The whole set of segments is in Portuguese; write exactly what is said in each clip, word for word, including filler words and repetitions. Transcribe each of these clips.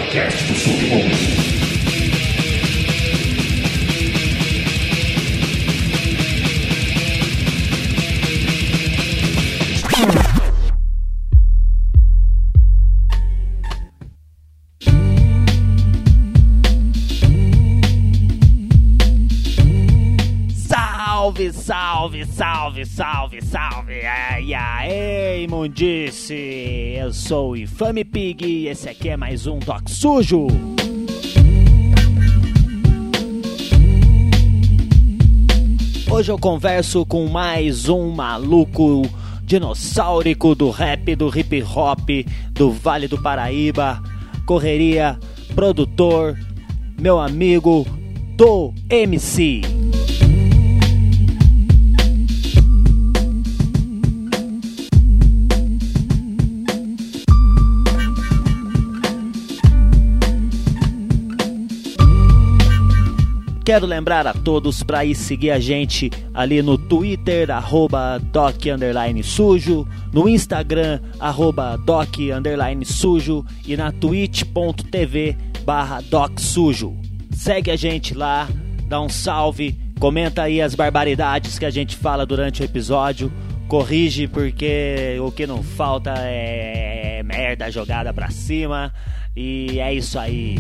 podcast do Submundo. Salve, salve, salve, salve, salve, ai, ai, imundice, eu sou o Infame Pig e esse aqui é mais um Doc Sujo. Hoje eu converso com mais um maluco dinossaurico do rap, do hip hop, do Vale do Paraíba, correria, produtor, meu amigo do M C. Quero lembrar a todos para ir seguir a gente ali no Twitter, arroba doc underline sujo, no Instagram, arroba doc underline sujo e na twitch.tv barra doc sujo. Segue a gente lá, dá um salve, comenta aí as barbaridades que a gente fala durante o episódio, corrige porque o que não falta é merda jogada pra cima e é isso aí.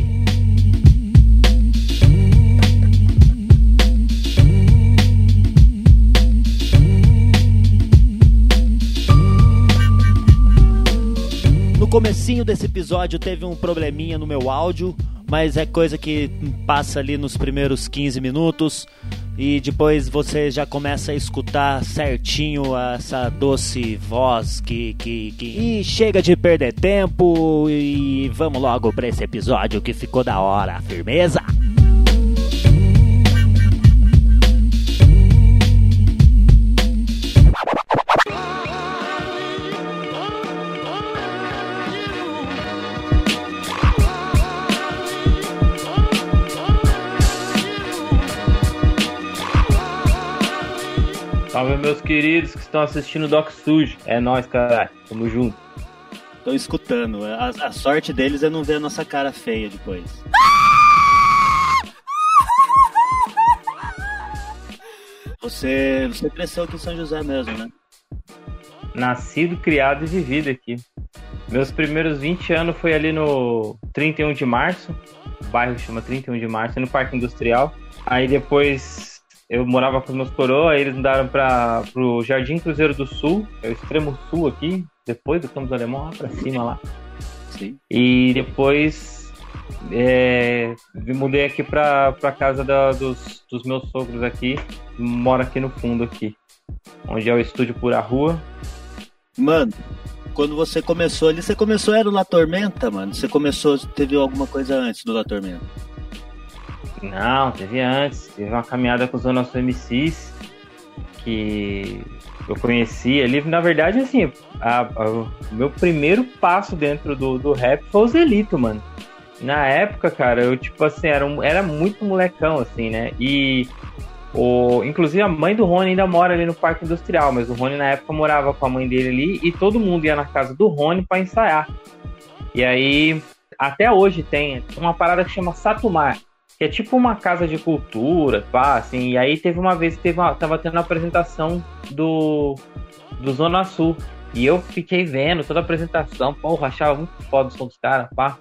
No comecinho desse episódio teve um probleminha no meu áudio, mas é coisa que passa ali nos primeiros quinze minutos e depois você já começa a escutar certinho essa doce voz que, que, que... E chega de perder tempo e vamos logo pra esse episódio que ficou da hora, firmeza? Salve, meus queridos que estão assistindo o Doc Sujo. É nóis, caralho. Tamo junto. Tô escutando. A, a sorte deles é não ver a nossa cara feia depois. Você, você cresceu aqui em São José mesmo, né? Nascido, criado e vivido aqui. Meus primeiros vinte anos foi ali no trinta e um de março. O bairro chama trinta e um de março, no Parque Industrial. Aí depois... eu morava com os meus coroas, aí eles mudaram para pro Jardim Cruzeiro do Sul, é o extremo sul aqui, depois do Campos Alemão, lá pra cima lá. Sim. E depois é, me mudei aqui pra, pra casa da, dos, dos meus sogros aqui, moro aqui no fundo aqui, onde é o estúdio Pura Rua. Mano, quando você começou ali, você começou era o La Tormenta, mano? Você começou, teve alguma coisa antes do La Tormenta? Não, teve antes, teve uma caminhada com os nossos M Cs que eu conheci ali, na verdade assim, a, a, o meu primeiro passo dentro do, do rap foi o Zelito, mano. Na época, cara, eu tipo assim, era, um, era muito molecão assim, né, e o, inclusive a mãe do Rony ainda mora ali no Parque Industrial, mas o Rony na época morava com a mãe dele ali e todo mundo ia na casa do Rony pra ensaiar. E aí, até hoje tem uma parada que chama Satumar, que é tipo uma casa de cultura, pá, assim, e aí teve uma vez que teve uma, tava tendo uma apresentação do, do Zona Sul, e eu fiquei vendo toda a apresentação, porra, achava muito foda o som dos caras, pá,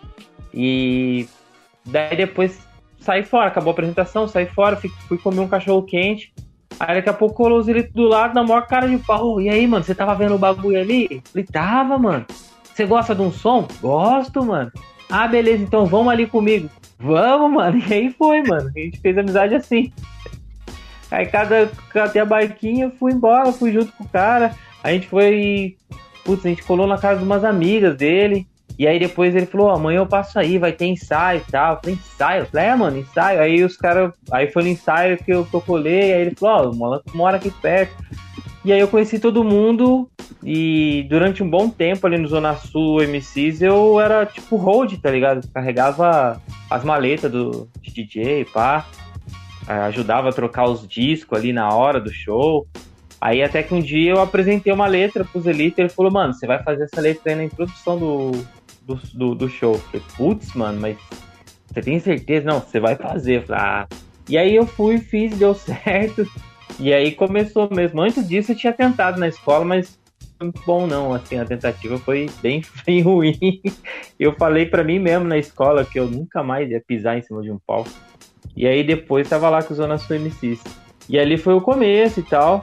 e daí depois saí fora, acabou a apresentação, saí fora, fui, fui comer um cachorro quente, aí daqui a pouco colou os elitos do lado, na maior cara de pau, e aí, mano, você tava vendo o bagulho ali? Falei, tava, mano, você gosta de um som? Gosto, mano. Ah, beleza, então vamos ali comigo. Vamos, mano. E aí foi, mano. A gente fez amizade assim. Aí cada, catei a barquinha, fui embora, fui junto com o cara. A gente foi... Putz, a gente colou na casa de umas amigas dele. E aí depois ele falou, oh, amanhã eu passo aí, vai ter ensaio e tal. Eu falei, ensaio? Eu falei, é, mano, ensaio. Aí os caras... Aí foi no ensaio que eu, que eu colei. Aí ele falou, ó, oh, o malandro mora aqui perto. E aí eu conheci todo mundo e durante um bom tempo ali no Zona Sul M Cs eu era tipo hold, tá ligado? Carregava as maletas do de D J, pá, ajudava a trocar os discos ali na hora do show. Aí até que um dia eu apresentei uma letra pros Elite e ele falou, mano, você vai fazer essa letra aí na introdução do, do, do, do show. Eu falei, putz, mano, mas você tem certeza? Não, você vai fazer. Eu falei, ah. E aí eu fui, fiz, deu certo. E aí começou mesmo. Antes disso eu tinha tentado na escola, mas não foi muito bom não, assim, a tentativa foi bem, bem ruim. Eu falei pra mim mesmo na escola que eu nunca mais ia pisar em cima de um palco. E aí depois tava lá com o Zona Sul M Cs. E ali foi o começo e tal.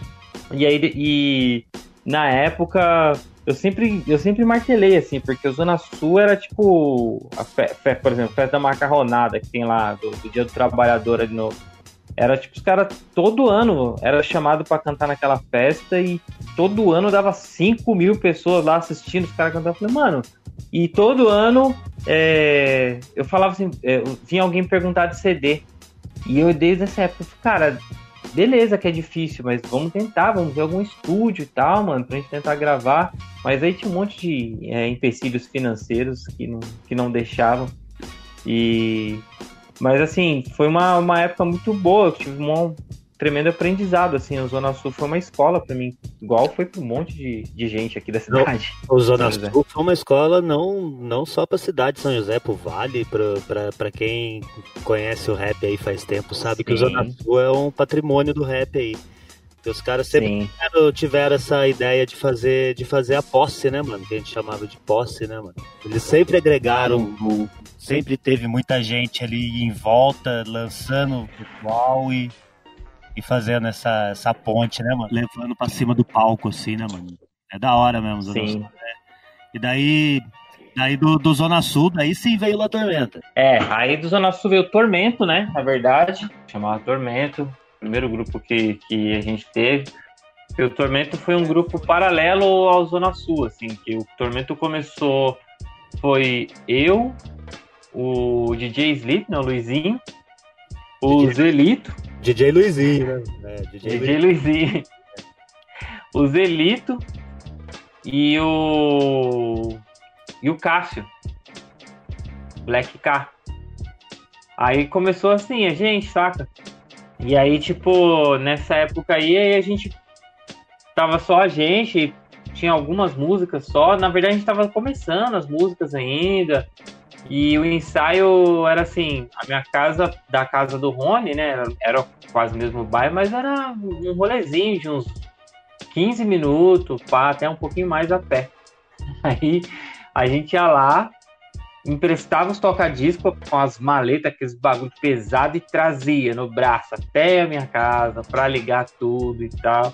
E aí, e na época, eu sempre, eu sempre martelei, assim, porque o Zona Sul era tipo, a fe, fe, por exemplo, a festa da macarronada que tem lá, do, do Dia do Trabalhador ali no... Era tipo, os caras todo ano era chamado pra cantar naquela festa e todo ano dava cinco mil pessoas lá assistindo os caras cantando. Eu falei, mano, e todo ano é, eu falava assim, é, vinha alguém perguntar de C D. E eu desde essa época, cara, beleza que é difícil, mas vamos tentar, vamos ver algum estúdio e tal, mano, pra gente tentar gravar. Mas aí tinha um monte de é, empecilhos financeiros que não, que não deixavam. E... Mas, assim, foi uma, uma época muito boa, eu tive um tremendo aprendizado, assim, o Zona Sul foi uma escola pra mim, igual foi pra um monte de, de gente aqui da cidade. O Zona Sul foi uma escola não, não só pra cidade de São José, pro Vale, pra, pra, pra quem conhece o rap aí faz tempo, sabe Sim. que o Zona Sul é um patrimônio do rap aí. E os caras sempre tiveram, tiveram essa ideia de fazer, de fazer a posse, né, mano? Que a gente chamava de posse, né, mano? Eles sempre agregaram, sempre teve muita gente ali em volta, lançando o futebol e, e fazendo essa, essa ponte, né, mano? Levando pra cima do palco, assim, né, mano? É da hora mesmo, Zona Sul, né? E daí, daí do, do Zona Sul, daí sim veio La Tormenta. É, aí do Zona Sul veio o Tormento, né, na verdade, chamava Tormento. Primeiro grupo que, que a gente teve. E o Tormento foi um grupo paralelo ao Zona Sul, assim, que o Tormento começou, foi eu, o D J Sleep, né, o Luizinho, o D J, Zelito. D J Luizinho, né? É, D J, D J Luizinho. O Zelito e o... e o Cássio. Black K. Aí começou assim, a gente, saca? E aí, tipo, nessa época aí, aí a gente tava só a gente, tinha algumas músicas só. Na verdade, a gente tava começando as músicas ainda. E o ensaio era assim, a minha casa, da casa do Rony, né? Era, era quase o mesmo bairro, mas era um rolezinho de uns quinze minutos, pá, até um pouquinho mais a pé. Aí a gente ia lá, emprestava os toca-disco com as maletas, aqueles bagulho pesado, e trazia no braço até a minha casa pra ligar tudo e tal.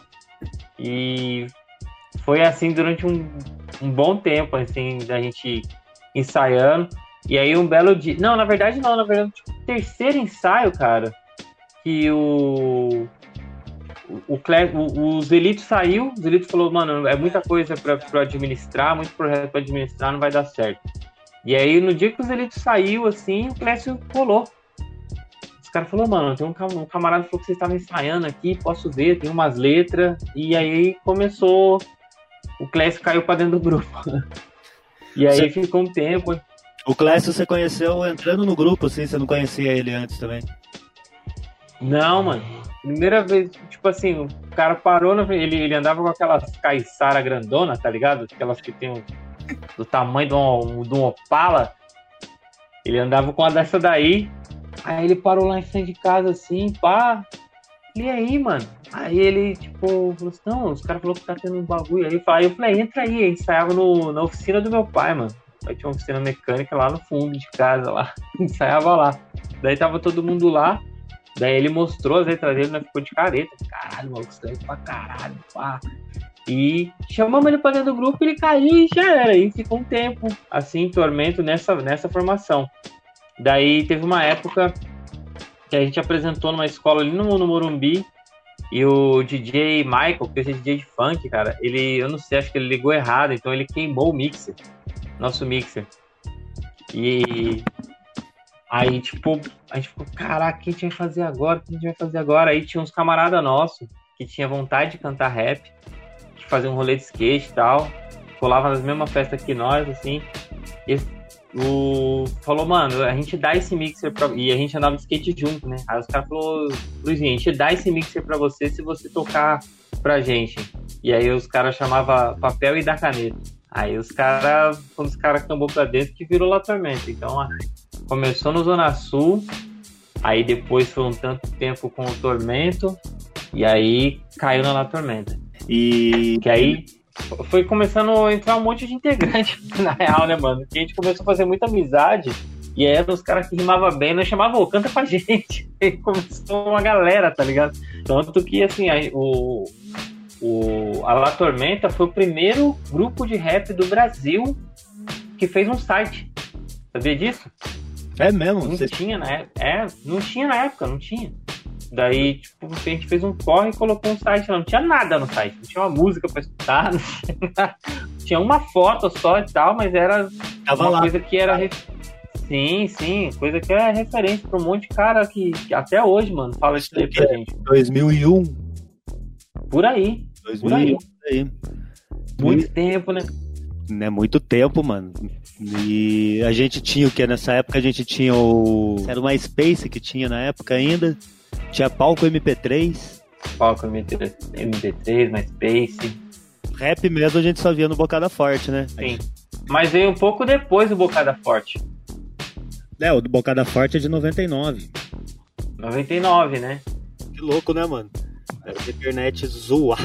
E foi assim durante um, um bom tempo, assim, da gente ensaiando. E aí um belo dia... Não, na verdade não, na verdade, tipo, terceiro ensaio, cara, que o... O, Cle... o, o Zelito saiu, o Zelito falou, mano, é muita coisa pra, pra administrar, muito projeto pra administrar, não vai dar certo. E aí, no dia que o Zelito saiu, assim, o Clécio colou. Os caras falaram, mano, tem um, cam- um camarada que falou que vocês estavam ensaiando aqui, posso ver, tem umas letras. E aí começou, o Clécio caiu pra dentro do grupo. E aí você... ficou um tempo. O Clécio você conheceu entrando no grupo, assim, você não conhecia ele antes também? Não, mano. Primeira vez, tipo assim, o cara parou, na... ele, ele andava com aquelas caiçara grandona, tá ligado? Aquelas que tem um... do tamanho de um, de um Opala. Ele andava com uma dessa daí. Aí ele parou lá em frente de casa assim, pá. E aí, mano? Aí ele, tipo, falou assim, não, os caras falaram que tá tendo um bagulho aí. Aí eu falei, entra aí. Aí ensaiava no, na oficina do meu pai, mano. Aí tinha uma oficina mecânica lá no fundo de casa, lá. Ensaiava lá. Daí tava todo mundo lá. Daí ele mostrou as letras dele, nós ficou de careta. Caralho, maluco, isso daí pra caralho, pá. E chamamos ele pra dentro do grupo, ele caiu e já era. E ficou um tempo, assim, Tormento nessa, nessa formação. Daí teve uma época que a gente apresentou numa escola ali no, no Morumbi. E o D J Michael, que é D J de funk, cara, ele, eu não sei, acho que ele ligou errado, então ele queimou o mixer. Nosso mixer. E aí, tipo, a gente ficou, caraca, o que a gente vai fazer agora? O que a gente vai fazer agora? Aí tinha uns camaradas nossos que tinha vontade de cantar rap, de fazer um rolê de skate e tal. Colava nas mesmas festas que nós, assim. E o... falou, mano, a gente dá esse mixer pra... E a gente andava de skate junto, né? Aí os caras falaram, Luizinho, a gente dá esse mixer pra você se você tocar pra gente. E aí os caras chamavam papel e dá caneta. Aí os caras, quando os caras cambou pra dentro, que virou La Tormenta. Então, a, começou no Zona Sul, aí depois foi um tanto tempo com o Tormento, e aí caiu na La Tormenta. E que aí foi começando a entrar um monte de integrante, na real, né, mano? Que a gente começou a fazer muita amizade, e aí eram os caras que rimavam bem, nós chamavam, ô, canta pra gente. E começou uma galera, tá ligado? Tanto que, assim, a, o, o, a La Tormenta foi o primeiro grupo de rap do Brasil que fez um site. Sabia disso? É mesmo? Não Você... tinha na época. É, não tinha na época, não tinha. Daí, tipo, a gente fez um corre e colocou um site lá. Não tinha nada no site. Não tinha uma música pra escutar. Não tinha, tinha uma foto só e tal, mas era Tava uma lá. coisa que era... Sim, sim. Coisa que é referência pra um monte de cara que, que até hoje, mano, fala isso daí pra gente. dois mil e um. Por aí. dois Por mil e um. aí. Aí. Muito Muito, tempo, né? é muito tempo, mano. E a gente tinha o que? Nessa época a gente tinha o... Era o MySpace que tinha na época ainda. Tinha palco M P três. Palco M P três, MySpace. Rap mesmo a gente só via no Bocada Forte, né? Sim. Mas veio um pouco depois do Bocada Forte. É, o do Bocada Forte é de noventa e nove. noventa e nove, né? Que louco, né, mano? Era uma internet zoada.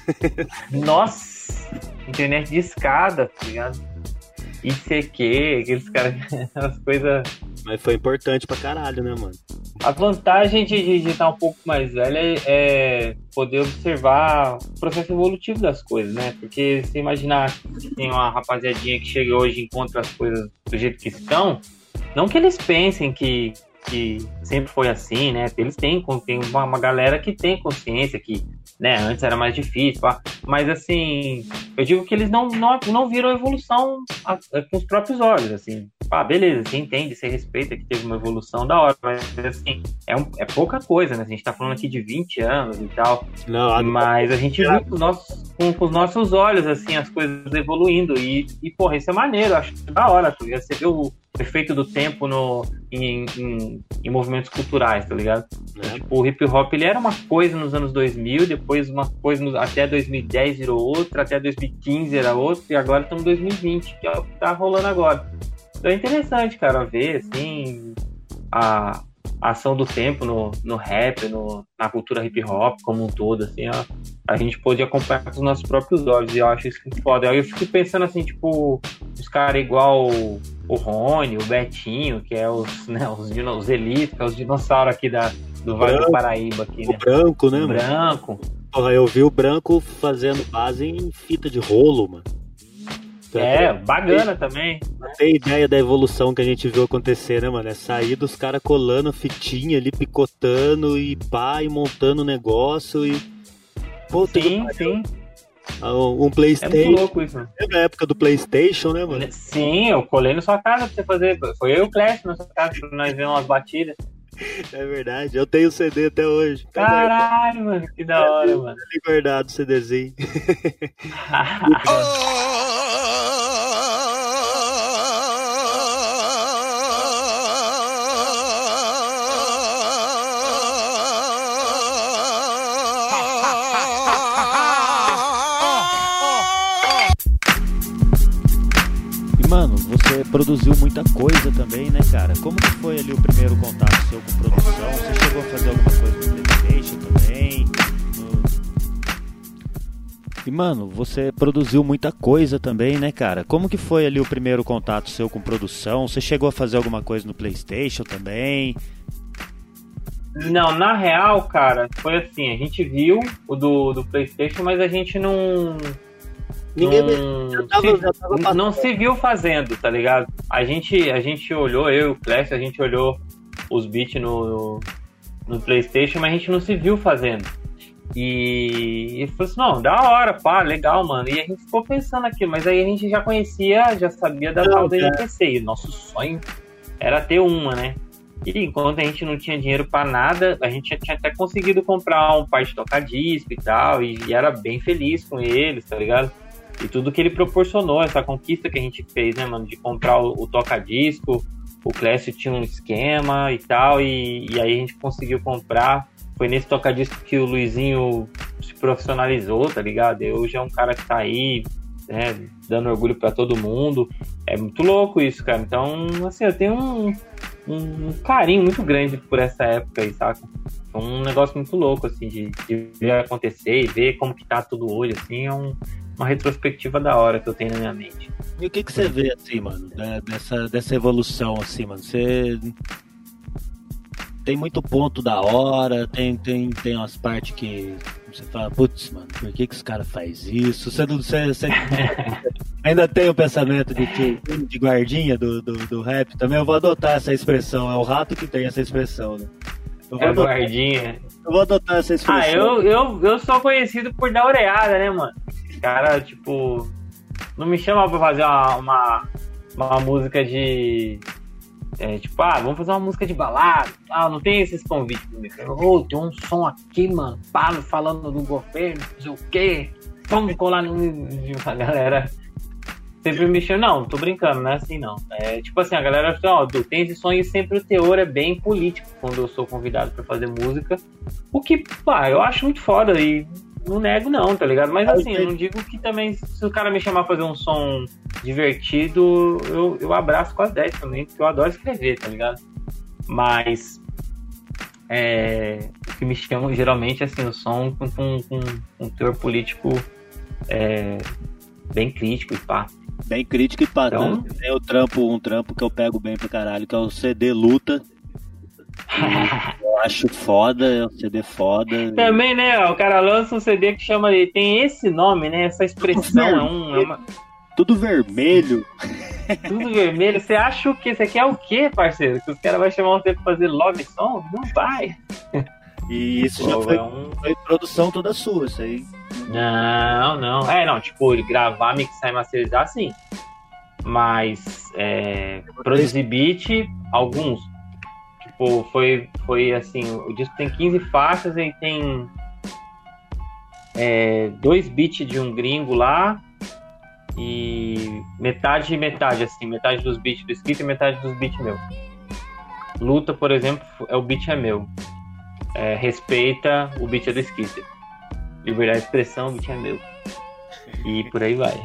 Nossa! Internet de escada, tá ligado? I C Q, aqueles caras, as coisas... Mas foi importante pra caralho, né, mano? A vantagem de estar um pouco mais velho é, é poder observar o processo evolutivo das coisas, né? Porque se imaginar que tem uma rapaziadinha que chega hoje e encontra as coisas do jeito que estão, não que eles pensem que, que sempre foi assim, né? Eles têm, tem uma, uma galera que tem consciência que, né, antes era mais difícil, pá. Mas assim, eu digo que eles não, não, não viram a evolução a, a, com os próprios olhos, assim. Ah, beleza, você entende, você respeita que teve uma evolução da hora, mas assim, é, um, é pouca coisa, né? A gente tá falando aqui de vinte anos e tal, não, mas a gente viu com os, nossos, com, com os nossos olhos, assim, as coisas evoluindo e, e porra, isso é maneiro, acho da hora, tá ligado? Você vê o efeito do tempo no, em, em, em movimentos culturais, tá ligado? É. Tipo, o hip hop, ele era uma coisa nos anos dois mil, depois uma coisa no, até dois mil e dez virou outra, até dois mil e quinze era outra, e agora estamos em dois mil e vinte, que é o que tá rolando agora. Então é interessante, cara, ver, assim, a, a ação do tempo no, no rap, no, na cultura hip hop como um todo, assim, a, a gente pôde acompanhar com os nossos próprios olhos, e eu acho isso foda. Aí eu fico pensando, assim, tipo, os caras igual o, o Rony, o Betinho, que é os, né, os, os elites, que é os dinossauros aqui da, do Vale do Paraíba, aqui, né? O branco, né, o mano? branco. Porra, eu vi o branco fazendo base em fita de rolo, mano. É, bacana também. Não tem ideia da evolução que a gente viu acontecer, né, mano? É sair dos caras colando fitinha ali, picotando e pá, e montando o negócio e... Pô, sim, sim. Um PlayStation. É muito louco isso, mano. É na época do PlayStation, né, mano? Sim, eu colei na sua casa pra você fazer. Foi eu e o Clécio na sua casa pra nós ver umas batidas. É verdade, eu tenho o C D até hoje. Caralho, mano, que da hora, eu mano. Ali guardado o CDzinho. Mano, você produziu muita coisa também, né, cara? Como que foi ali o primeiro contato seu com produção? Você chegou a fazer alguma coisa no PlayStation também? No... E, mano, você produziu muita coisa também, né, cara? Como que foi ali o primeiro contato seu com produção? Você chegou a fazer alguma coisa no PlayStation também? Não, na real, cara, foi assim, a gente viu o do, do PlayStation, mas a gente não... Ninguém não, já tava, se, já tava não se viu fazendo, tá ligado? A gente, a gente olhou, eu e o Clash, a gente olhou os beats no, no PlayStation, mas a gente não se viu fazendo. E, e falou assim, não, da hora, pá, legal, mano. E a gente ficou pensando aqui, mas aí a gente já conhecia, já sabia da tal da N P C. E nosso sonho era ter uma, né? E enquanto a gente não tinha dinheiro pra nada, a gente já tinha até conseguido comprar um par de toca-disco e tal, e, e era bem feliz com eles, tá ligado? E tudo que ele proporcionou, essa conquista que a gente fez, né, mano, de comprar o, o toca-disco, o Clécio tinha um esquema e tal, e, e aí a gente conseguiu comprar. Foi nesse toca-disco que o Luizinho se profissionalizou, tá ligado? E hoje é um cara que tá aí, né, dando orgulho pra todo mundo. É muito louco isso, cara. Então, assim, eu tenho um, um, um carinho muito grande por essa época aí, saca? É um negócio muito louco, assim, de, de ver acontecer e ver como que tá tudo hoje, assim, é um, uma retrospectiva da hora que eu tenho na minha mente. E o que que você vê, assim, mano, dessa, dessa evolução, assim, mano? Você... Tem muito ponto da hora, tem, tem, tem umas partes que você fala, putz, mano, por que que esse cara faz isso? Você, não, você, você ainda tem o pensamento de, de guardinha do, do, do rap também? Eu vou adotar essa expressão, é o rato que tem essa expressão, né? Eu vou É adotar, guardinha. eu vou adotar essa expressão. Ah, eu, eu, eu sou conhecido por dar orelhada, né, mano? Os caras, tipo, não me chamam pra fazer uma, uma, uma música de... É, tipo, ah, vamos fazer uma música de balada. Ah, não tem esses convites pro microfone. Ô, tem um som aqui, mano. Pablo falando do governo, não sei o quê. Vamos colar no. A galera sempre me chama. Não, tô brincando, não é assim não. É tipo assim, a galera fala, ó, Du, tem esse som e sempre o teor é bem político quando eu sou convidado pra fazer música. O que, pá, eu acho muito foda e não nego, não, tá ligado? Mas assim, eu não digo que também, se o cara me chamar pra fazer um som divertido, eu, eu abraço com as dez também, porque eu adoro escrever, tá ligado? Mas é, o que me chama geralmente é assim, o som com, com, com um teor político é, bem crítico e pá. Bem crítico e pá. Então... Tem o trampo, um trampo que eu pego bem pra caralho, que é o C D Luta. Eu acho foda, é um C D foda. Também, né? O cara lança um C D que chama de. Tem esse nome, né? Essa expressão é, um, é uma. Tudo vermelho. Tudo vermelho. Você acha o quê? Você quer o quê, parceiro? Que os caras vão chamar você pra fazer love song? Não vai. E isso Pô, já foi, é um... foi produção toda sua, isso aí. Não, não. É, não, tipo, gravar, mixar e masterizar, sim. Mas é, produzir beat, alguns. Tipo, foi, foi assim, o disco tem quinze faixas e tem é, dois beats de um gringo lá e metade e metade, assim, metade dos beats do Skip e metade dos beats meu. Luta, por exemplo, é o beat é meu. É, Respeita, o beat é do Skip. Liberdade de expressão, o beat é meu. E por aí vai.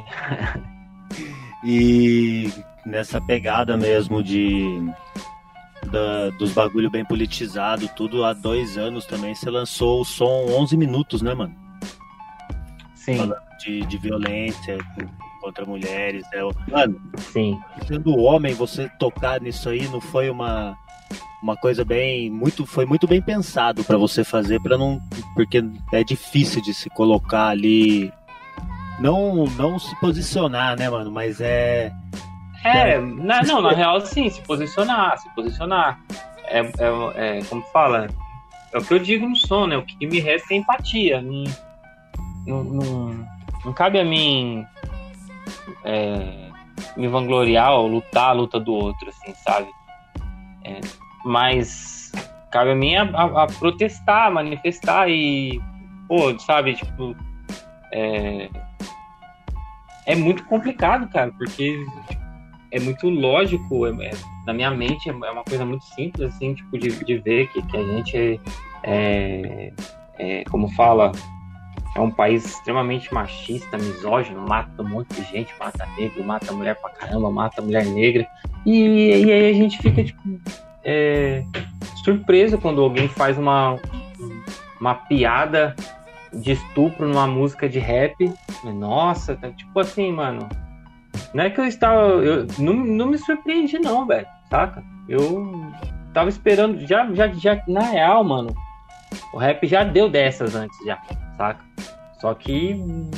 E nessa pegada mesmo de... Da, dos bagulho bem politizado, tudo há dois anos também, você lançou o som onze minutos, né, mano? Sim. Falando de, de violência contra mulheres, né? Mano, sim. Sendo homem, você tocar nisso aí não foi uma, uma coisa bem, muito, foi muito bem pensado pra você fazer, para não, porque é difícil de se colocar ali, não, não se posicionar, né, mano, mas é... É, na, não, na real, sim, se posicionar, se posicionar. É, é, é, como fala, é o que eu digo no som, né? O que me resta é empatia. Não, não, não, não cabe a mim é, me vangloriar ou lutar a luta do outro, assim, sabe? É, mas cabe a mim a, a, a protestar, manifestar e, pô, sabe, tipo, é, é muito complicado, cara, porque... É muito lógico, é, é, na minha mente é uma coisa muito simples, assim, tipo, de, de ver que, que a gente é, é, é, como fala, é um país extremamente machista, misógino, mata um monte de gente, mata negro, mata mulher pra caramba, mata mulher negra, e, e aí a gente fica, tipo, é, surpreso quando alguém faz uma, uma piada de estupro numa música de rap. Nossa, tá, tipo assim, mano... Não é que eu estava... Eu, não, não me surpreendi não, velho, saca? Eu tava esperando... Já, já, já, na real, mano, o rap já deu dessas antes, já, saca? Só que,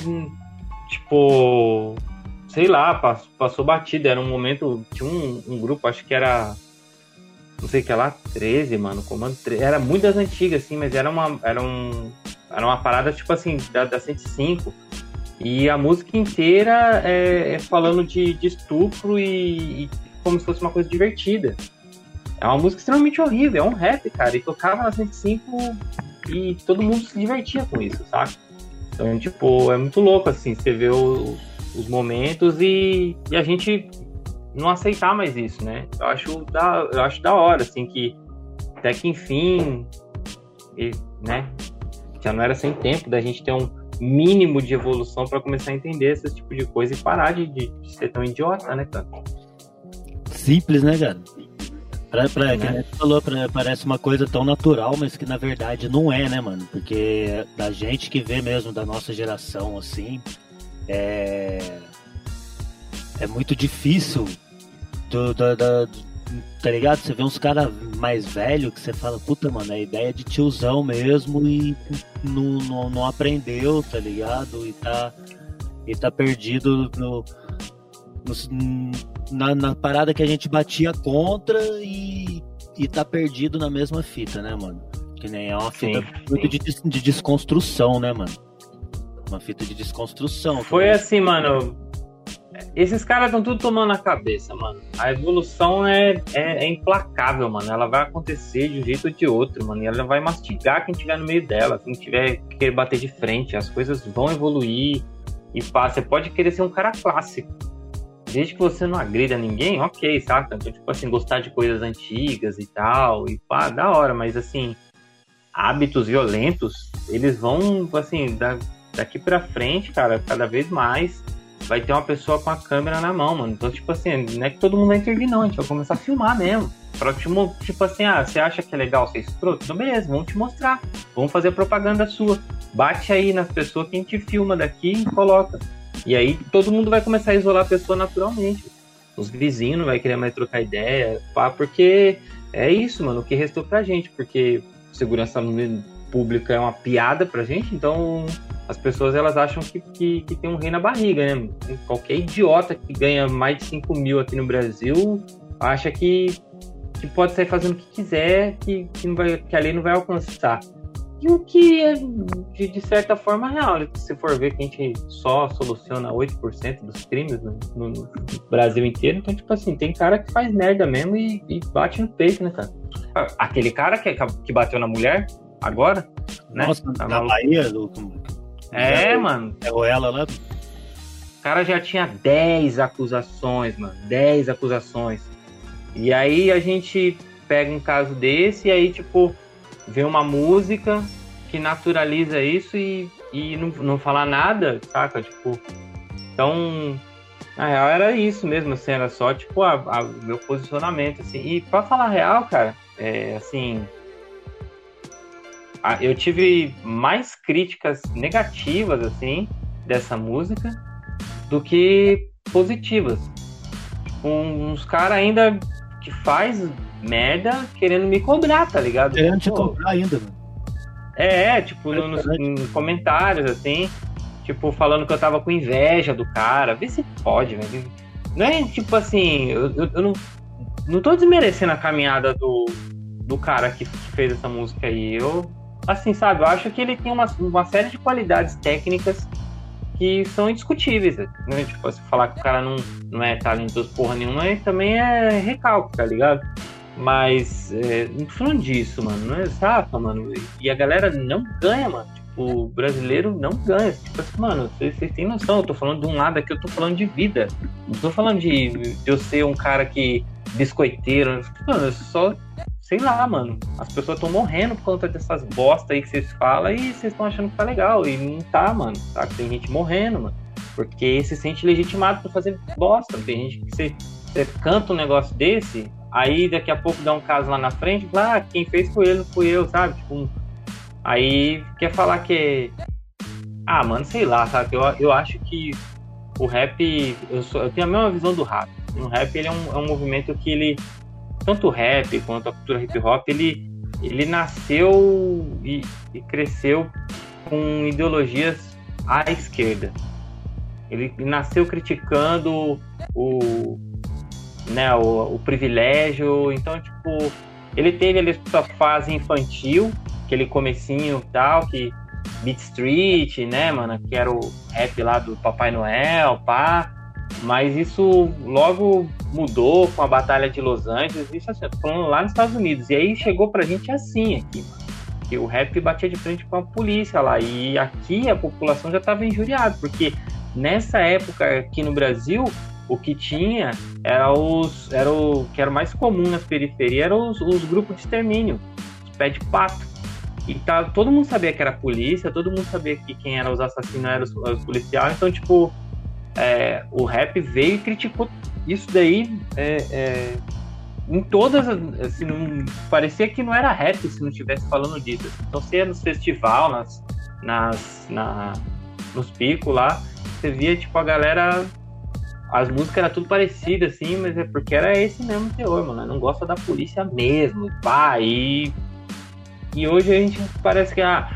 tipo... Sei lá, passou, passou batida. Era um momento... Tinha um, um grupo, acho que era... Não sei o que lá, treze, mano. Comando treze. Era muito das antigas, assim, mas era uma... Era, um, era uma parada, tipo assim, da, da cento e cinco... E a música inteira é, é falando de, de estupro e, e como se fosse uma coisa divertida. É uma música extremamente horrível, é um rap, cara. E tocava na cento e cinco e todo mundo se divertia com isso, sabe? Então, tipo, é muito louco, assim, você vê o, os momentos e, e a gente não aceitar mais isso, né? Eu acho da, eu acho da hora, assim, que até que enfim, e, né? Já não era sem tempo da gente ter um mínimo de evolução pra começar a entender esse tipo de coisa e parar de, de, de ser tão idiota, né, cara? Simples, né, cara? Pra, pra, Né? que nem você falou, pra, parece uma coisa tão natural, mas que na verdade não é, né, mano? Porque da gente que vê mesmo, da nossa geração, assim, é, é muito difícil, do, do, do, tá ligado? Você vê uns caras mais velhos que você fala, puta, mano, é ideia de tiozão mesmo e não, não, não aprendeu, tá ligado? E tá, e tá perdido no... no Na, na parada que a gente batia contra e, e tá perdido na mesma fita, né, mano? Que nem é uma fita Sim, muito sim. de, de desconstrução, né, mano? Uma fita de desconstrução. Foi assim, mano. Esses caras estão tudo tomando na cabeça, mano. A evolução é, é, é implacável, mano. Ela vai acontecer de um jeito ou de outro, mano. E ela vai mastigar quem tiver no meio dela. Quem tiver querer bater de frente. As coisas vão evoluir. E pá, você pode querer ser um cara clássico. Desde que você não agrida ninguém, ok, saca? Então, tipo assim, gostar de coisas antigas e tal, e pá, da hora, mas assim, hábitos violentos, eles vão, assim, da, daqui pra frente, cara, cada vez mais vai ter uma pessoa com a câmera na mão, mano. Então, tipo assim, não é que todo mundo vai intervir, não, a gente vai começar a filmar mesmo. Pra, tipo, tipo assim, ah, você acha que é legal ser escroto? Então, beleza, vamos te mostrar, vamos fazer propaganda sua. Bate aí nas pessoas que a gente filma daqui e coloca. E aí todo mundo vai começar a isolar a pessoa naturalmente. Os vizinhos não vai querer mais trocar ideia, pá, porque é isso, mano, o que restou pra gente, porque segurança pública é uma piada pra gente, então as pessoas elas acham que, que, que tem um rei na barriga, né? Qualquer idiota que ganha mais de cinco mil aqui no Brasil acha que, que pode sair fazendo o que quiser, que, que, não vai, que a lei não vai alcançar. E o que é, de, de certa forma, real. Se for ver que a gente só soluciona oito por cento dos crimes no, no, no Brasil inteiro, então, tipo assim, tem cara que faz merda mesmo e, e bate no peito, né, cara? Aquele cara que, que bateu na mulher, agora, né? Nossa, tá na Bahia, do, é, é, mano. É o ela lá. O cara já tinha dez acusações, mano. dez acusações. E aí a gente pega um caso desse e aí, tipo, vê uma música que naturaliza isso e, e não, não falar nada, saca? Tipo, então, na real era isso mesmo, assim, era só, tipo, o meu posicionamento, assim. E pra falar a real, cara, é, assim, a, eu tive mais críticas negativas, assim, dessa música do que positivas. Um, uns caras ainda que faz merda querendo me cobrar, tá ligado? Querendo te Pô, cobrar ainda, mano. É, tipo, no, nos, nos comentários, assim, tipo, falando que eu tava com inveja do cara. Vê se pode, velho. Não é tipo assim, eu, eu, eu não, não tô desmerecendo a caminhada do, do cara que, que fez essa música aí. Eu, assim, sabe, eu acho que ele tem uma, uma série de qualidades técnicas que são indiscutíveis, né? Tipo, se falar que o cara não, não é talentoso porra nenhuma, também é recalque, tá ligado? Mas, é, não tô falando disso, mano, não é saca, mano? E a galera não ganha, mano. Tipo, o brasileiro não ganha. Tipo assim, mano, vocês, vocês têm noção, eu tô falando de um lado aqui, eu tô falando de vida. Não tô falando de, de eu ser um cara que biscoiteiro. Mano, eu só, sei lá, mano. As pessoas estão morrendo por conta dessas bosta aí que vocês falam e vocês estão achando que tá legal. E não tá, mano. Tá? Tem gente morrendo, mano. Porque se sente legitimado pra fazer bosta. Tem gente que você, você canta um negócio desse, aí daqui a pouco dá um caso lá na frente, ah, quem fez foi ele, não fui eu, sabe? Tipo, aí quer falar que... Ah, mano, sei lá, sabe? Eu, eu acho que o rap... Eu, sou, eu tenho a mesma visão do rap. O rap, ele é um, é um movimento que ele... Tanto o rap quanto a cultura hip hop, ele, ele nasceu e, e cresceu com ideologias à esquerda. Ele nasceu criticando o... Né, o, o privilégio, então, tipo, ele teve ali sua fase infantil, aquele comecinho e tal, que Beat Street, né, mano, que era o rap lá do Papai Noel, pá, mas isso logo mudou com a Batalha de Los Angeles, isso assim, eu tô falando lá nos Estados Unidos, e aí chegou pra gente assim aqui, mano, que o rap batia de frente com a polícia lá, e aqui a população já tava injuriada, porque nessa época aqui no Brasil, o que tinha era os era o que era mais comum nas periferias eram os, os grupos de extermínio, os pé de pato, E tá, todo mundo sabia que era a polícia, todo mundo sabia que quem eram os assassinos eram os, os policiais, então, tipo, é, o rap veio e criticou isso daí é, é, em todas, assim, não, parecia que não era rap se não estivesse falando disso. Então, você ia nos festivais, nas, nas, na, nos picos lá, você via, tipo, a galera, as músicas eram tudo parecidas, assim, mas é porque era esse mesmo teor, mano, não gosta da polícia mesmo, pá, e... E hoje a gente parece que a,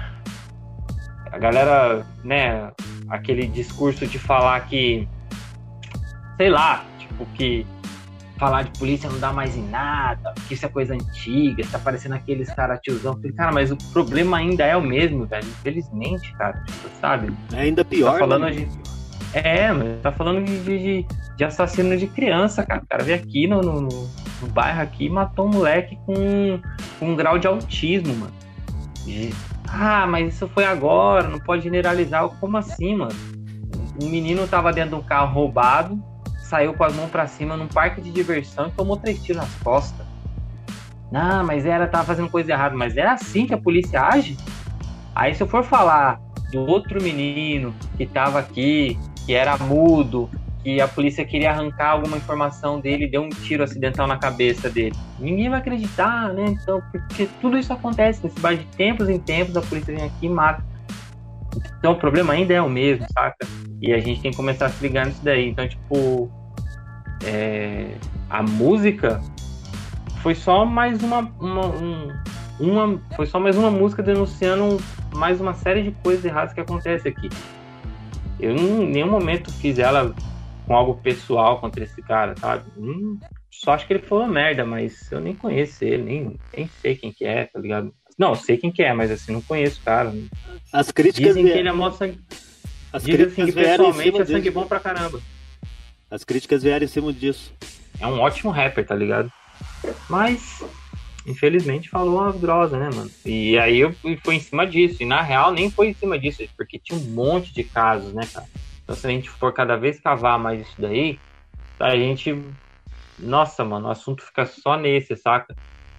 a galera, né, aquele discurso de falar que, sei lá, tipo, que falar de polícia não dá mais em nada, que isso é coisa antiga, tá parecendo aqueles caras tiozão. Falei, cara, mas o problema ainda é o mesmo, velho, infelizmente, cara, tipo, sabe? É ainda pior, tá falando né? de... É, mas tá falando de, de, de assassino de criança, cara. O cara veio aqui no, no, no bairro aqui e matou um moleque com, com um grau de autismo, mano. E, ah, mas isso foi agora, não pode generalizar. Como assim, mano? Um menino tava dentro de um carro roubado, saiu com as mãos pra cima num parque de diversão e tomou três tiros nas costas. Não, mas era, tava fazendo coisa errada. Mas é assim que a polícia age? Aí se eu for falar do outro menino que tava aqui, que era mudo, que a polícia queria arrancar alguma informação dele e deu um tiro acidental na cabeça dele, ninguém vai acreditar, né? Então, porque tudo isso acontece nesse bairro, de tempos em tempos a polícia vem aqui e mata. Então o problema ainda é o mesmo, saca? E a gente tem que começar a se ligar nisso daí. Então, tipo, é... a música foi só mais uma, uma, um, uma foi só mais uma música denunciando mais uma série de coisas erradas que acontecem aqui. Eu em nenhum momento fiz ela com algo pessoal contra esse cara, sabe? Hum, só acho que ele falou merda, mas eu nem conheço ele, nem, nem sei quem que é, tá ligado? Não, eu sei quem que é, mas assim, não conheço o cara. As críticas dizem que ele é mó sangue... As Dizem críticas assim que vieram em pessoalmente cima é sangue disso. bom pra caramba. As críticas vieram em cima disso. É um ótimo rapper, tá ligado? Mas, infelizmente, falou uma grossa, né, mano? E aí eu fui em cima disso. E na real, nem foi em cima disso, porque tinha um monte de casos, né, cara? Então, se a gente for cada vez cavar mais isso daí, a gente... Nossa, mano, o assunto fica só nesse, saca?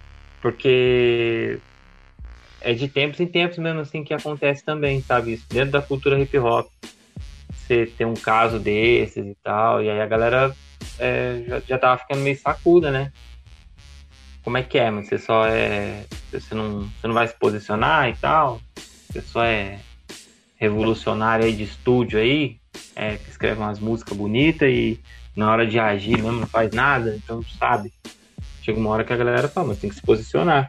Porque é de tempos em tempos mesmo, assim, que acontece também, sabe? Isso dentro da cultura hip-hop. Você tem um caso desses e tal, e aí a galera é, já, já tava ficando meio sacuda, né? Como é que é, mano? Você só é... Você não, você não vai se posicionar e tal? Você só é revolucionário aí de estúdio aí? É, que escreve umas músicas bonitas e na hora de agir mesmo não faz nada? Então, sabe? Chega uma hora que a galera fala, mas tem que se posicionar.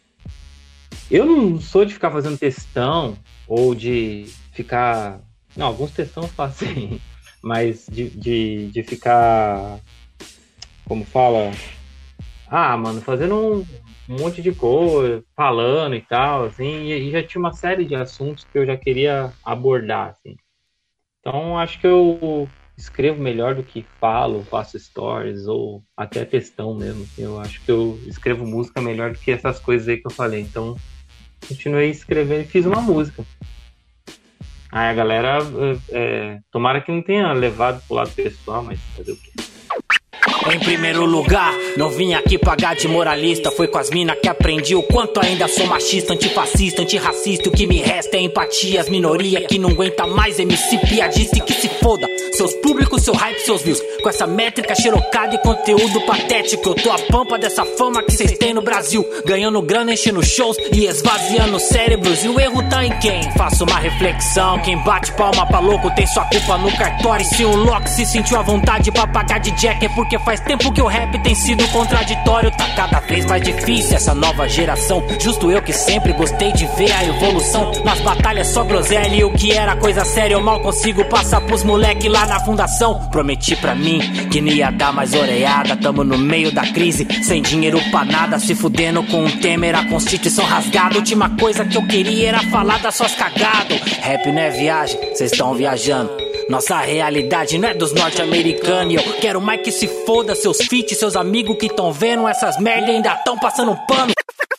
Eu não sou de ficar fazendo textão ou de ficar... Não, alguns textão eu faço assim, mas de, de, de ficar... Como fala... Ah, mano, fazendo um, um monte de coisa, falando e tal, assim, e, e já tinha uma série de assuntos que eu já queria abordar, assim. Então, acho que eu escrevo melhor do que falo, faço stories, ou até textão mesmo, assim. Eu acho que eu escrevo música melhor do que essas coisas aí que eu falei. Então, continuei escrevendo e fiz uma música. Aí a galera, é, tomara que não tenha levado pro lado pessoal, mas fazer o quê? Em primeiro lugar, não vim aqui pagar de moralista. Foi com as minas que aprendi o quanto ainda sou machista, antifascista, antirracista. O que me resta é empatia, as minorias que não aguenta mais M C piadista e que se foda. Seus públicos, seu hype, seus views. Com essa métrica xerocada e conteúdo patético. Eu tô a pampa dessa fama que cês têm no Brasil. Ganhando grana, enchendo shows e esvaziando cérebros. E o erro tá em quem? Faço uma reflexão. Quem bate palma pra louco tem sua culpa no cartório. Se o Loki se sentiu à vontade pra pagar de Jack, é porque faz tempo que o rap tem sido contraditório. Tá cada vez mais difícil essa nova geração. Justo eu que sempre gostei de ver a evolução. Nas batalhas só groselha e o que era coisa séria eu mal consigo passar pros moleque lá na fundação. Prometi pra mim que não ia dar mais oreada. Tamo no meio da crise, sem dinheiro pra nada. Se fudendo com um Temer, a Constituição rasgada. Última coisa que eu queria era falar das suas cagadas. Rap não é viagem, cês tão viajando. Nossa realidade não é dos norte-americanos. E eu quero mais que se foda seus feats, seus amigos que tão vendo essas merda e ainda tão passando um pano.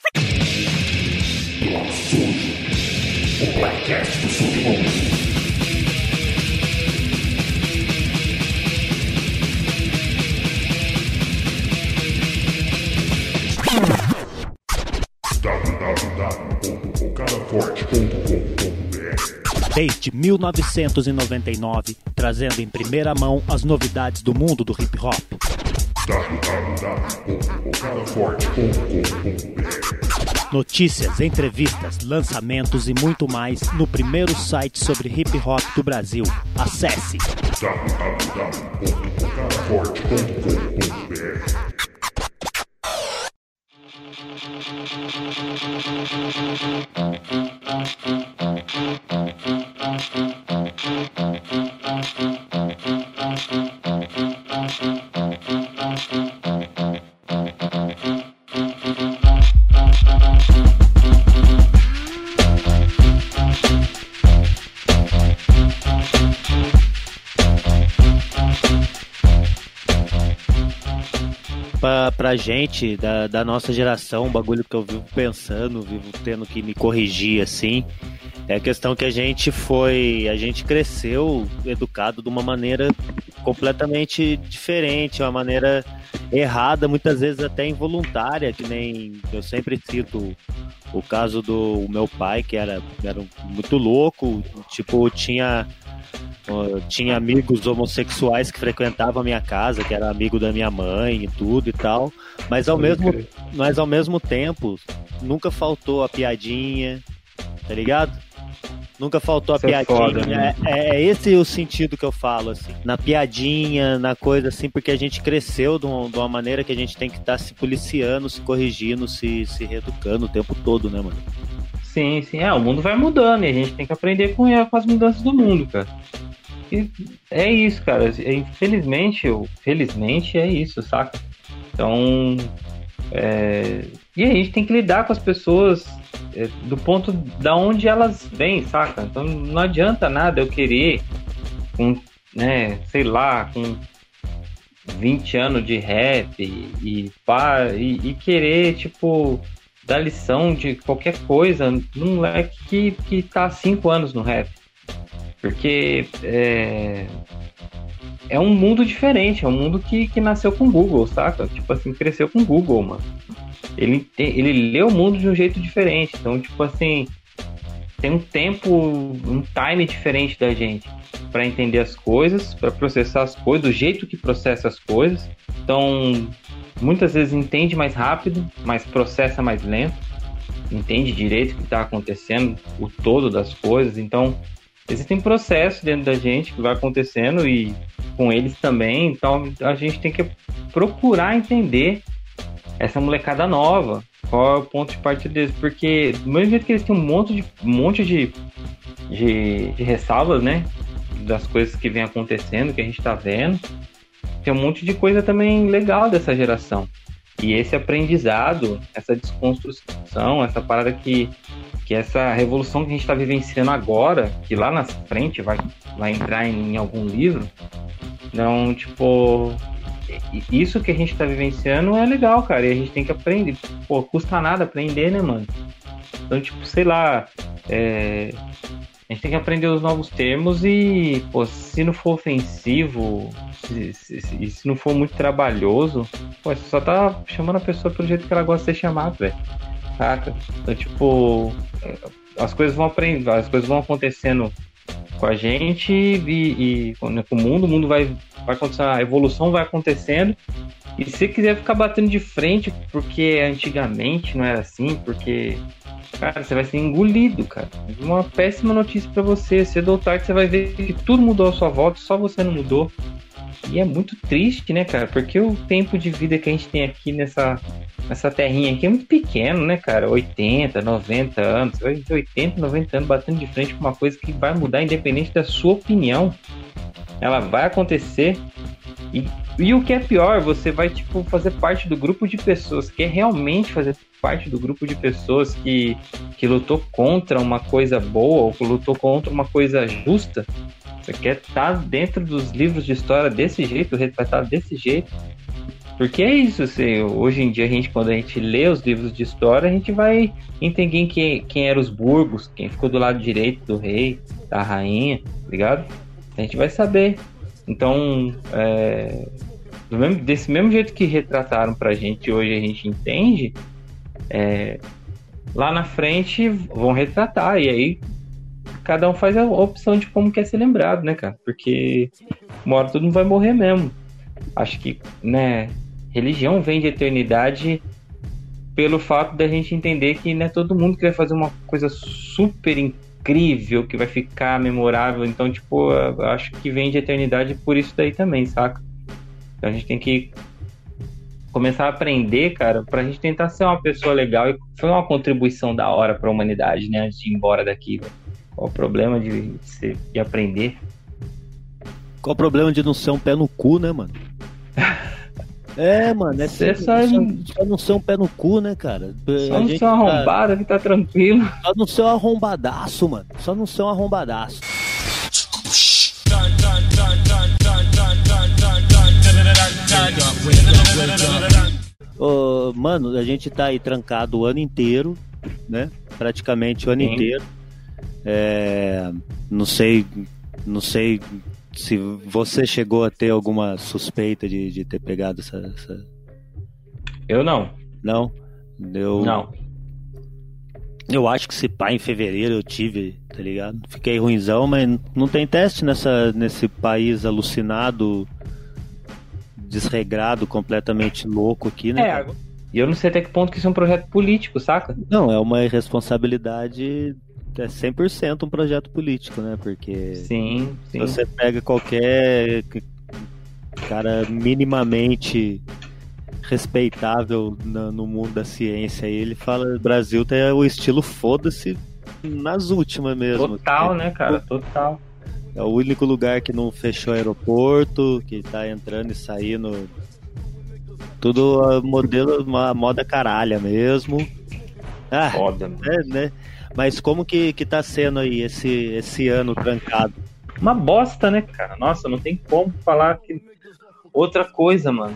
O podcast do Submundo. w w w ponto o canal desde mil novecentos e noventa e nove, trazendo em primeira mão as novidades do mundo do hip hop. w w w ponto o cara forte ponto com ponto b r Notícias, entrevistas, lançamentos e muito mais no primeiro site sobre hip hop do Brasil. Acesse w w w ponto o cara forte ponto com ponto b r. Pra, pra gente, da, da nossa geração, um bagulho que eu vivo pensando, vivo tendo que me corrigir, assim, é a questão que a gente foi, a gente cresceu educado de uma maneira completamente diferente, uma maneira errada, muitas vezes até involuntária, que nem eu sempre cito o caso do meu pai, que era, era muito louco, tipo, tinha... tinha amigos homossexuais que frequentavam a minha casa, que era amigo da minha mãe e tudo e tal, mas ao, mesmo, mas ao mesmo tempo nunca faltou a piadinha, tá ligado? Nunca faltou a Isso piadinha, é, foda, né? é, é esse o sentido que eu falo, assim, na piadinha, na coisa assim, porque a gente cresceu de uma, de uma maneira que a gente tem que estar tá se policiando, se corrigindo, se, se reeducando o tempo todo, né, mano? Sim, sim, é, o mundo vai mudando e a gente tem que aprender com, com as mudanças do mundo, cara. E é isso, cara. Infelizmente, ou felizmente, é isso, saca? Então, é... e a gente tem que lidar com as pessoas é, do ponto da onde elas vêm, saca? Então, não adianta nada eu querer, com, né, sei lá, com vinte anos de rap e, e, pá, e, e querer, tipo, dar lição de qualquer coisa num moleque que, que tá há cinco anos no rap. Porque é, é um mundo diferente, é um mundo que, que nasceu com o Google, saca? Tipo assim, cresceu com o Google, mano. Ele, tem, ele lê o mundo de um jeito diferente, então, tipo assim, tem um tempo, um time diferente da gente para entender as coisas, para processar as coisas, do jeito que processa as coisas. Então, muitas vezes entende mais rápido, mas processa mais lento, entende direito o que está acontecendo, o todo das coisas, então... Existem processos dentro da gente que vai acontecendo e com eles também, então a gente tem que procurar entender essa molecada nova, qual é o ponto de partida deles, porque do mesmo jeito que eles têm um monte de, um monte de, de, de ressalvas, né, das coisas que vem acontecendo, que a gente tá vendo, tem um monte de coisa também legal dessa geração. E esse aprendizado, essa desconstrução, essa parada que que essa revolução que a gente está vivenciando agora, que lá na frente vai, vai entrar em, em algum livro, então, tipo, isso que a gente está vivenciando é legal, cara, e a gente tem que aprender, pô, custa nada aprender, né, mano? Então, tipo, sei lá, é, a gente tem que aprender os novos termos e, pô, se não for ofensivo, se, se, se, se não for muito trabalhoso, pô, você só tá chamando a pessoa pelo jeito que ela gosta de ser chamada, velho. Saca? Então, tipo, as coisas vão aprendendo, as coisas vão acontecendo com a gente e, e com o mundo, o mundo vai, vai acontecendo, a evolução vai acontecendo. E se você quiser ficar batendo de frente porque antigamente não era assim, porque, cara, você vai ser engolido, cara. Uma péssima notícia pra você. Cedo ou tarde você vai ver que tudo mudou à sua volta, só você não mudou. E é muito triste, né, cara? Porque o tempo de vida que a gente tem aqui nessa, nessa terrinha aqui é muito pequeno, né, cara? oitenta, noventa anos. Você vai ter oitenta, noventa anos batendo de frente com uma coisa que vai mudar independente da sua opinião. Ela vai acontecer. E, e o que é pior, você vai, tipo, fazer parte do grupo de pessoas, que é realmente fazer parte do grupo de pessoas que, que lutou contra uma coisa boa ou que lutou contra uma coisa justa. Você quer estar dentro dos livros de história desse jeito, retratado desse jeito. Porque é isso, assim, hoje em dia, a gente, quando a gente lê os livros de história, a gente vai entender quem, quem eram os burgos, quem ficou do lado direito do rei, da rainha, ligado? A gente vai saber. Então, é, do mesmo, desse mesmo jeito que retrataram pra gente, hoje a gente entende, é, lá na frente vão retratar, e aí cada um faz a opção de como quer ser lembrado, né, cara? Porque uma hora todo mundo vai morrer mesmo. Acho que, né, religião vem de eternidade pelo fato da gente entender que não é todo mundo que vai fazer uma coisa super incrível, que vai ficar memorável. Então, tipo, eu acho que vem de eternidade por isso daí também, saca? Então a gente tem que começar a aprender, cara, pra gente tentar ser uma pessoa legal. E foi uma contribuição da hora pra humanidade, né, antes de ir embora daqui, velho. Qual o problema de, de, de aprender? Qual o problema de não ser um pé no cu, né, mano? É, mano, é Você só, só, só não ser um pé no cu, né, cara? só não ser um arrombado, que tá tranquilo. Só não ser um arrombadaço, mano. Só não ser um arrombadaço. Oh, mano, a gente tá aí trancado o ano inteiro, né? Praticamente o ano Sim. inteiro. É, não sei, não sei se você chegou a ter alguma suspeita de, de ter pegado essa, essa... Eu não. Não? Eu... Não. Eu acho que se pá, em fevereiro eu tive, tá ligado? Fiquei ruinzão, mas não tem teste nessa, nesse país alucinado, desregrado, completamente louco aqui, né? É, e eu não sei até que ponto que isso é um projeto político, saca? Não, é uma irresponsabilidade, é cem por cento um projeto político, né? Porque sim, sim. Se você pega qualquer cara minimamente respeitável no, no mundo da ciência e ele fala, Brasil tem o estilo foda-se nas últimas mesmo. Total, né, cara? Total. É o único lugar que não fechou aeroporto, que tá entrando e saindo tudo a modelo, uma moda caralha mesmo. Ah, foda, mano. É, né? Mas como que, que tá sendo aí esse, esse ano trancado? Uma bosta, né, cara? Nossa, não tem como falar que outra coisa, mano.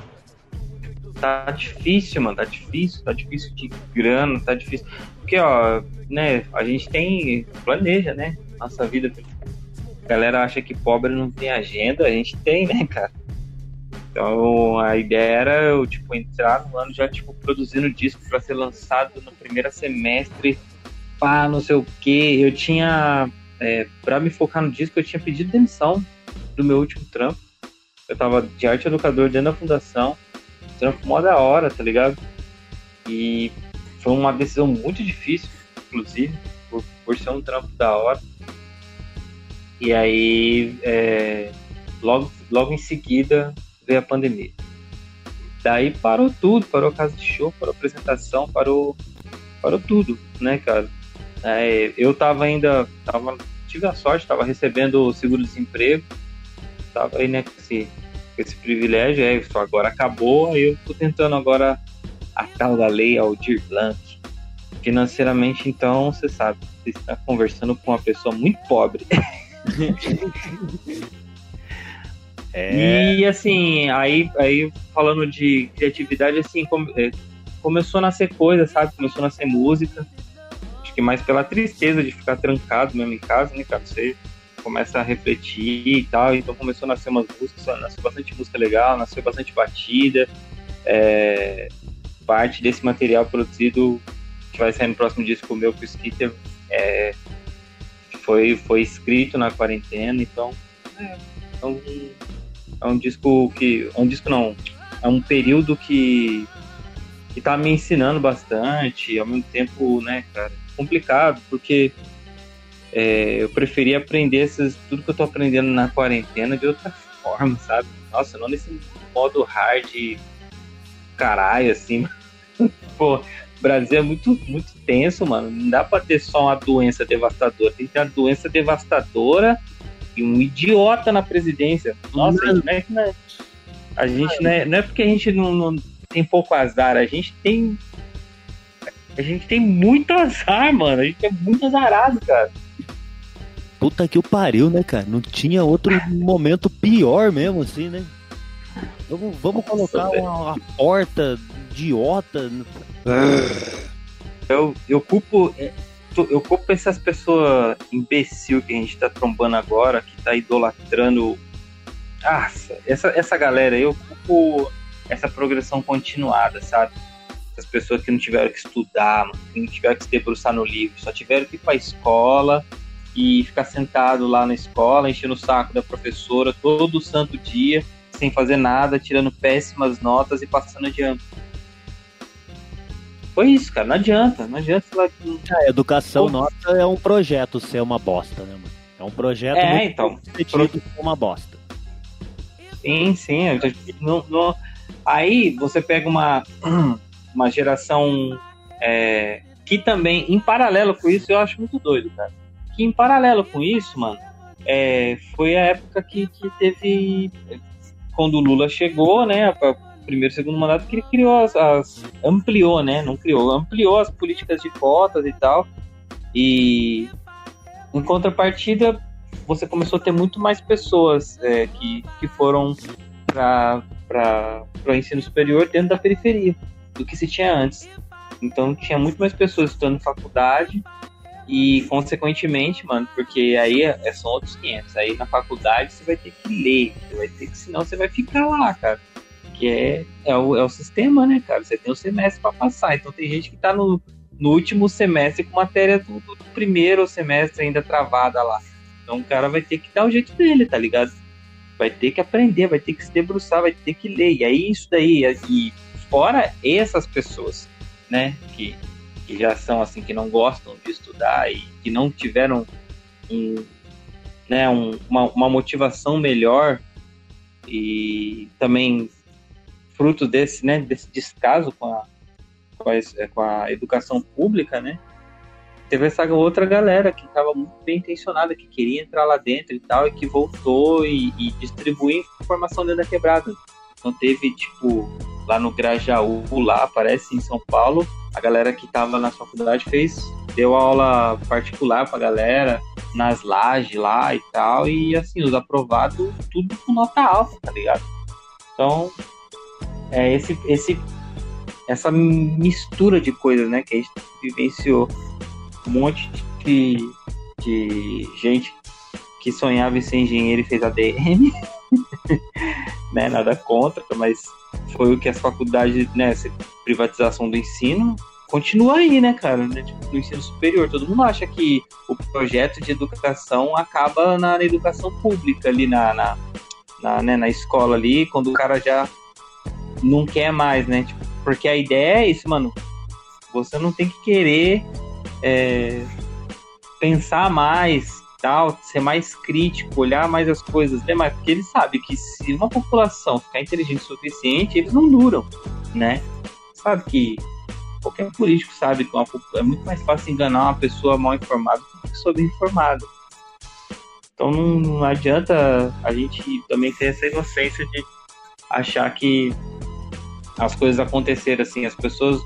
Tá difícil, mano, tá difícil, tá difícil de grana, tá difícil. Porque, ó, né, a gente tem, planeja, né, nossa vida. A galera acha que pobre não tem agenda, a gente tem, né, cara? Então, a ideia era eu, tipo, entrar no ano já, tipo, produzindo disco pra ser lançado no primeiro semestre, pá, não sei o quê. Eu tinha, é, pra me focar no disco, eu tinha pedido demissão do meu último trampo. Eu tava de arte educador dentro da fundação, trampo mó da hora, tá ligado? E foi uma decisão muito difícil, inclusive, por, por ser um trampo da hora. E aí, é, logo, logo em seguida, veio a pandemia. Daí parou tudo, parou a casa de show, parou a apresentação, parou, parou tudo, né, cara? É, eu tava ainda, tava, tive a sorte, tava recebendo o seguro-desemprego, tava aí, né, com esse, com esse privilégio, é, isso agora acabou, aí eu tô tentando agora a tal da lei Aldir Blanc. Financeiramente, então, você sabe, você está conversando com uma pessoa muito pobre. É... E assim, aí, aí falando de criatividade, assim, come, é, começou a nascer coisa, sabe? Começou a nascer música. Acho que mais pela tristeza de ficar trancado mesmo em casa, né, cara? Você começa a refletir e tal, então começou a nascer umas músicas, nasceu bastante música legal, nasceu bastante batida. É, parte desse material produzido que vai sair no próximo disco meu com o Skitter é, foi, foi escrito na quarentena, então é, é, um, é um disco que. É um disco não, é um período que, que tá me ensinando bastante, ao mesmo tempo, né, cara, complicado, porque é, eu preferia aprender esses, tudo que eu tô aprendendo na quarentena de outra forma, sabe? Nossa, não nesse modo hard, caralho, assim. Pô, o Brasil é muito, muito tenso, mano. Não dá pra ter só uma doença devastadora. Tem que ter uma doença devastadora e um idiota na presidência. Nossa, a gente não é, não é, a gente não é, não é porque a gente não, não tem pouco azar. A gente tem a gente tem muito azar, mano. A gente é muito azarado, cara. Puta que o pariu, né, cara? Não tinha outro momento pior mesmo, assim, né? Vamos, vamos colocar Nossa, uma, uma porta idiota. Eu, eu culpo eu culpo essas pessoas imbecil que a gente tá trombando agora, que tá idolatrando. Nossa, essa, essa galera, eu culpo essa progressão continuada, sabe? Essas pessoas que não tiveram que estudar, que não tiveram que se debruçar no livro, só tiveram que ir pra escola e ficar sentado lá na escola, enchendo o saco da professora todo santo dia, sem fazer nada, tirando péssimas notas e passando de ano. Foi isso, cara, não adianta, não adianta falar que... A educação Pô. nossa é um projeto ser uma bosta, né, mano? É um projeto é, muito então, pro... ser uma bosta. Sim, sim. Não, não... Aí você pega uma, uma geração é, que também, em paralelo com isso, eu acho muito doido, cara. Que em paralelo com isso, mano, é, foi a época que, que teve... Quando o Lula chegou, né, primeiro e segundo mandato, que ele criou as, as... ampliou, né? Não criou, ampliou as políticas de cotas e tal. E em contrapartida, você começou a ter muito mais pessoas é, que, que foram para o ensino superior dentro da periferia do que se tinha antes. Então tinha muito mais pessoas estudando faculdade e, consequentemente, mano, porque aí é, são outros quinhentos. Aí na faculdade você vai ter que ler, você vai ter que, senão você vai ficar lá, cara. Que é, é, o, é o sistema, né, cara? Você tem o semestre para passar. Então tem gente que tá no, no último semestre com matéria do, do primeiro semestre ainda travada lá. Então o cara vai ter que dar o jeito dele, tá ligado? Vai ter que aprender, vai ter que se debruçar, vai ter que ler. E aí isso daí, e fora essas pessoas, né, que, que já são assim, que não gostam de estudar e que não tiveram um, né, um, uma, uma motivação melhor e também fruto desse, né, desse descaso com a, com a, com a educação pública, né, teve essa outra galera que estava muito bem intencionada, que queria entrar lá dentro e tal, e que voltou e, e distribuiu informação dentro da quebrada. Então teve, tipo, lá no Grajaú, lá, parece, em São Paulo, a galera que estava na faculdade fez, deu aula particular pra galera, nas lajes lá e tal, e assim, os aprovados, tudo com nota alta, tá ligado? Então, é esse, esse, essa mistura de coisas, né, que a gente vivenciou. Um monte de, de gente que sonhava em ser engenheiro e fez A D M, né, nada contra, mas foi o que as faculdades, né, essa privatização do ensino, continua aí, né, cara, né, tipo, no ensino superior, todo mundo acha que o projeto de educação acaba na, na educação pública ali, na, na, na, né, na escola ali, quando o cara já não quer mais, né, tipo, porque a ideia é isso, mano, você não tem que querer É, pensar mais, tal, ser mais crítico, olhar mais as coisas, né? Mas porque ele sabe que se uma população ficar inteligente o suficiente, eles não duram, né? Sabe que qualquer político sabe que uma, é muito mais fácil enganar uma pessoa mal informada do que uma pessoa bem informada. Então não, não adianta a gente também ter essa inocência de achar que as coisas aconteceram assim, as pessoas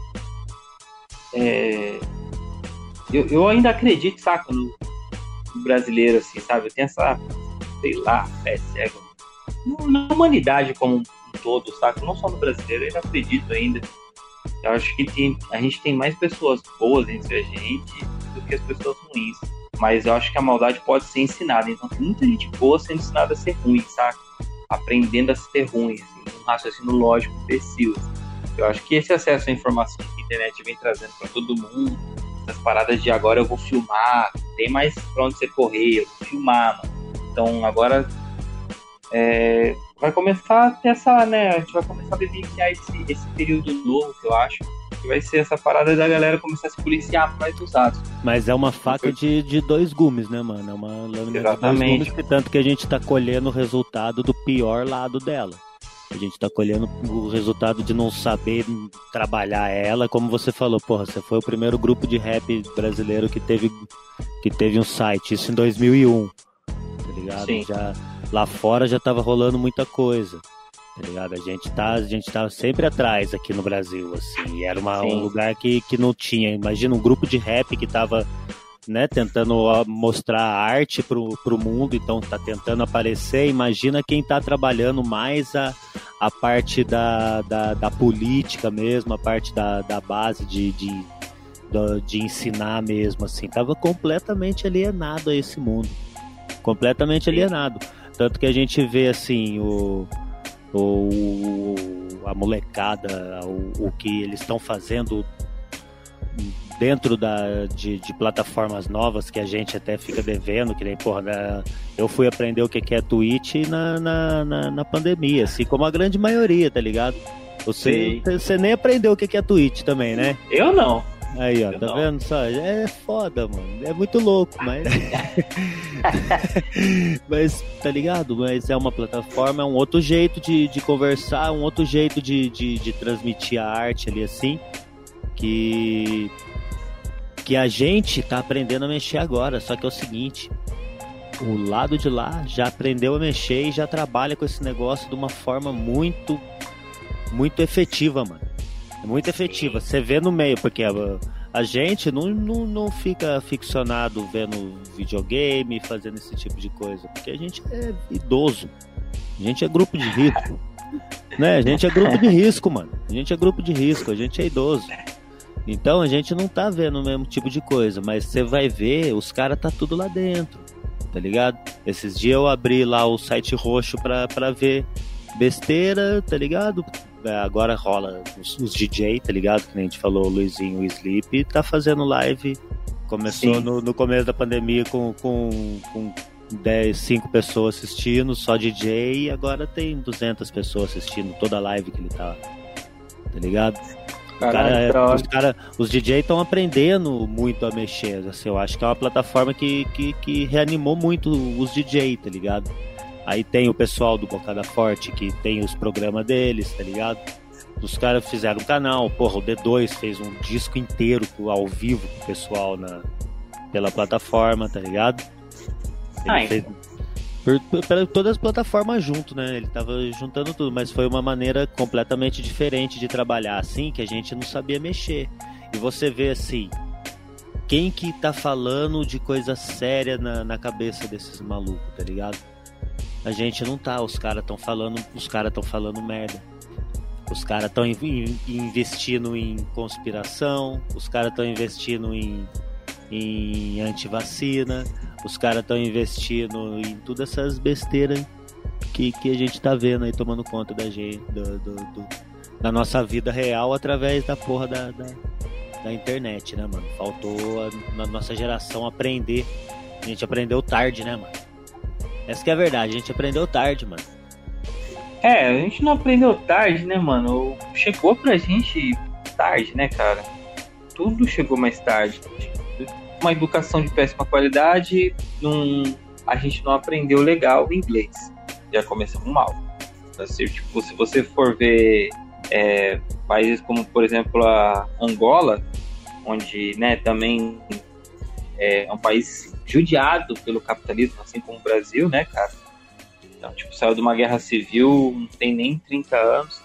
é, Eu, eu ainda acredito, saca, no, no brasileiro, assim, sabe? Eu tenho essa, sei lá, fé cega. Na humanidade como um todo, saca? Não só no brasileiro, eu ainda acredito ainda. Eu acho que tem, a gente tem mais pessoas boas entre a gente do que as pessoas ruins. Mas eu acho que a maldade pode ser ensinada. Então tem muita gente boa sendo ensinada a ser ruim, saca? Aprendendo a ser ruim, assim, um raciocínio lógico, imbecil. Eu acho que esse acesso à informação que a internet vem trazendo para todo mundo, as paradas de agora eu vou filmar, tem mais pra onde você correr, eu vou filmar, mano. Então agora é, vai começar a ter essa, né, a gente vai começar a vivenciar esse, esse período novo, que eu acho, que vai ser essa parada da galera começar a se policiar mais dos atos. Mas é uma faca de, de dois gumes, né, mano? É uma lâmina de dois gumes, que tanto que a gente tá colhendo o resultado do pior lado dela. A gente tá colhendo o resultado de não saber trabalhar ela, como você falou, porra, você foi o primeiro grupo de rap brasileiro que teve, que teve um site, isso em dois mil e um, tá ligado? Sim. Já, lá fora já tava rolando muita coisa, tá ligado? A gente tá, a gente tá sempre atrás aqui no Brasil, assim, e era uma, um lugar que, que não tinha, imagina um grupo de rap que tava, né, tentando mostrar a arte pro, pro mundo, então tá tentando aparecer, imagina quem tá trabalhando mais a, a parte da, da, da política mesmo, a parte da, da base de, de, de, de ensinar mesmo, assim, tava completamente alienado a esse mundo, completamente alienado, tanto que a gente vê, assim, o, o, a molecada, o, o que eles estão fazendo dentro da, de, de plataformas novas que a gente até fica devendo, que nem, porra, né, eu fui aprender o que é Twitch na, na, na, na pandemia, assim como a grande maioria, tá ligado? Você, você nem aprendeu o que é Twitch também, né? Eu não. Aí, ó, eu tá não. vendo só? É foda, mano. É muito louco, mas. Mas, tá ligado? Mas é uma plataforma, é um outro jeito de, de conversar, um outro jeito de, de, de transmitir a arte ali, assim. Que. Que a gente tá aprendendo a mexer agora. Só que é o seguinte: o lado de lá já aprendeu a mexer e já trabalha com esse negócio de uma forma muito. Muito efetiva, mano. Muito efetiva. Você vê no meio, porque a, a gente não, não, não fica ficcionado vendo videogame, fazendo esse tipo de coisa, porque a gente é idoso. A gente é grupo de risco. Né? A gente é grupo de risco, mano. A gente é grupo de risco, a gente é idoso. Então a gente não tá vendo o mesmo tipo de coisa, mas você vai ver, os caras tá tudo lá dentro, tá ligado? Esses dias eu abri lá o site roxo pra, pra ver besteira, tá ligado? Agora rola os, os D J, tá ligado? Que nem a gente falou, o Luizinho, o Sleep, tá fazendo live. Começou no, no começo da pandemia com, com, com dez, cinco pessoas assistindo, só D J, e agora tem duzentas pessoas assistindo toda a live que ele tá. Tá ligado? Caralho, cara, os, cara, os D J estão aprendendo muito a mexer. Assim, eu acho que é uma plataforma que, que, que reanimou muito os D J, tá ligado? Aí tem o pessoal do Bocada Forte, que tem os programas deles, tá ligado? Os caras fizeram um canal, porra, o D dois fez um disco inteiro ao vivo com o pessoal na, pela plataforma, tá ligado? Ele Ai. fez por, por, por todas as plataformas junto, né? Ele tava juntando tudo, mas foi uma maneira completamente diferente de trabalhar, assim, que a gente não sabia mexer. E você vê, assim, quem que tá falando de coisa séria na, na cabeça desses malucos, tá ligado? A gente não tá, os caras estão falando, os caras estão falando merda. Os caras estão in, in, investindo em conspiração, os caras estão investindo em, em antivacina, os caras estão investindo em todas essas besteiras que, que a gente tá vendo aí tomando conta da gente, do, do, do, da nossa vida real através da porra da, da, da internet, né, mano? Faltou a, na nossa geração aprender. A gente aprendeu tarde, né, mano? Essa que é a verdade, a gente aprendeu tarde, mano. É, a gente não aprendeu tarde, né, mano? Chegou pra gente tarde, né, cara? Tudo chegou mais tarde. Uma educação de péssima qualidade, num... a gente não aprendeu legal o inglês. Já começamos mal. Assim, tipo, se você for ver é, países como, por exemplo, a Angola, onde, né, também é um país judiado pelo capitalismo, assim como o Brasil, né, cara? Então, tipo, saiu de uma guerra civil, não tem nem trinta anos.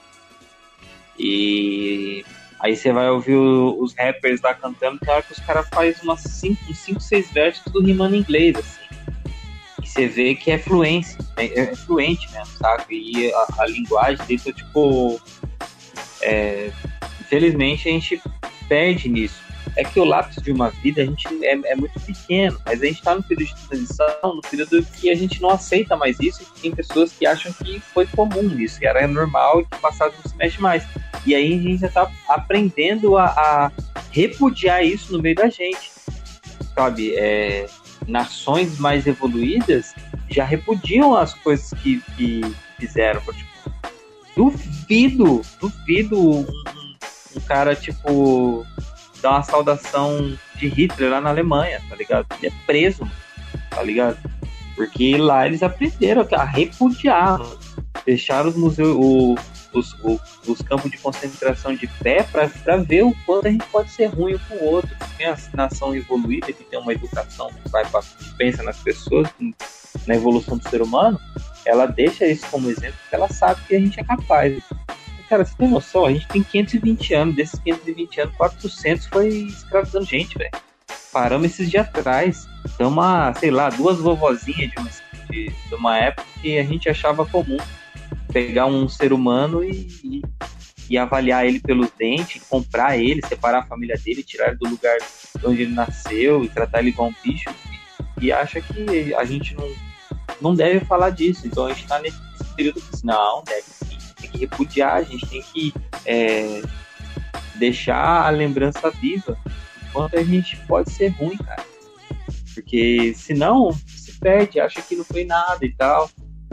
E aí você vai ouvir o, os rappers lá cantando, tem hora que os caras fazem umas cinco, seis versos, tudo rimando em inglês, assim. E você vê que é fluência, é, é fluente mesmo, sabe? E a, a linguagem dele, tipo... É, infelizmente, a gente perde nisso. É que o lapso de uma vida a gente é, é muito pequeno, mas a gente está no período de transição, no período que a gente não aceita mais isso, e tem pessoas que acham que foi comum isso, que era normal e que o passado não se mexe mais. E aí a gente já está aprendendo a, a repudiar isso no meio da gente, sabe? É, nações mais evoluídas já repudiam as coisas que, que fizeram. Tipo, duvido, duvido um, um cara tipo... dar uma saudação de Hitler lá na Alemanha, tá ligado? Ele é preso, tá ligado? Porque lá eles aprenderam a repudiar, deixaram os museus, o, os, o, os campos de concentração de pé pra, pra ver o quanto a gente pode ser ruim um com o outro. Tem a nação evoluída que tem uma educação que vai pra, que pensa nas pessoas, na evolução do ser humano, ela deixa isso como exemplo porque ela sabe que a gente é capaz. Cara, você tem noção? A gente tem quinhentos e vinte anos, desses quinhentos e vinte anos, quatrocentos foi escravizando gente, velho. Paramos esses dias atrás. Então, uma, sei lá, duas vovozinhas de uma, de, de uma época que a gente achava comum pegar um ser humano e, e, e avaliar ele pelos dentes, comprar ele, separar a família dele, tirar ele do lugar onde ele nasceu e tratar ele igual um bicho. E, e acha que a gente não, não deve falar disso. Então, a gente tá nesse período que, não, deve sim. Tem que repudiar, a gente tem que é, deixar a lembrança viva quanto a gente pode ser ruim, cara. Porque senão se perde, acha que não foi nada e tal.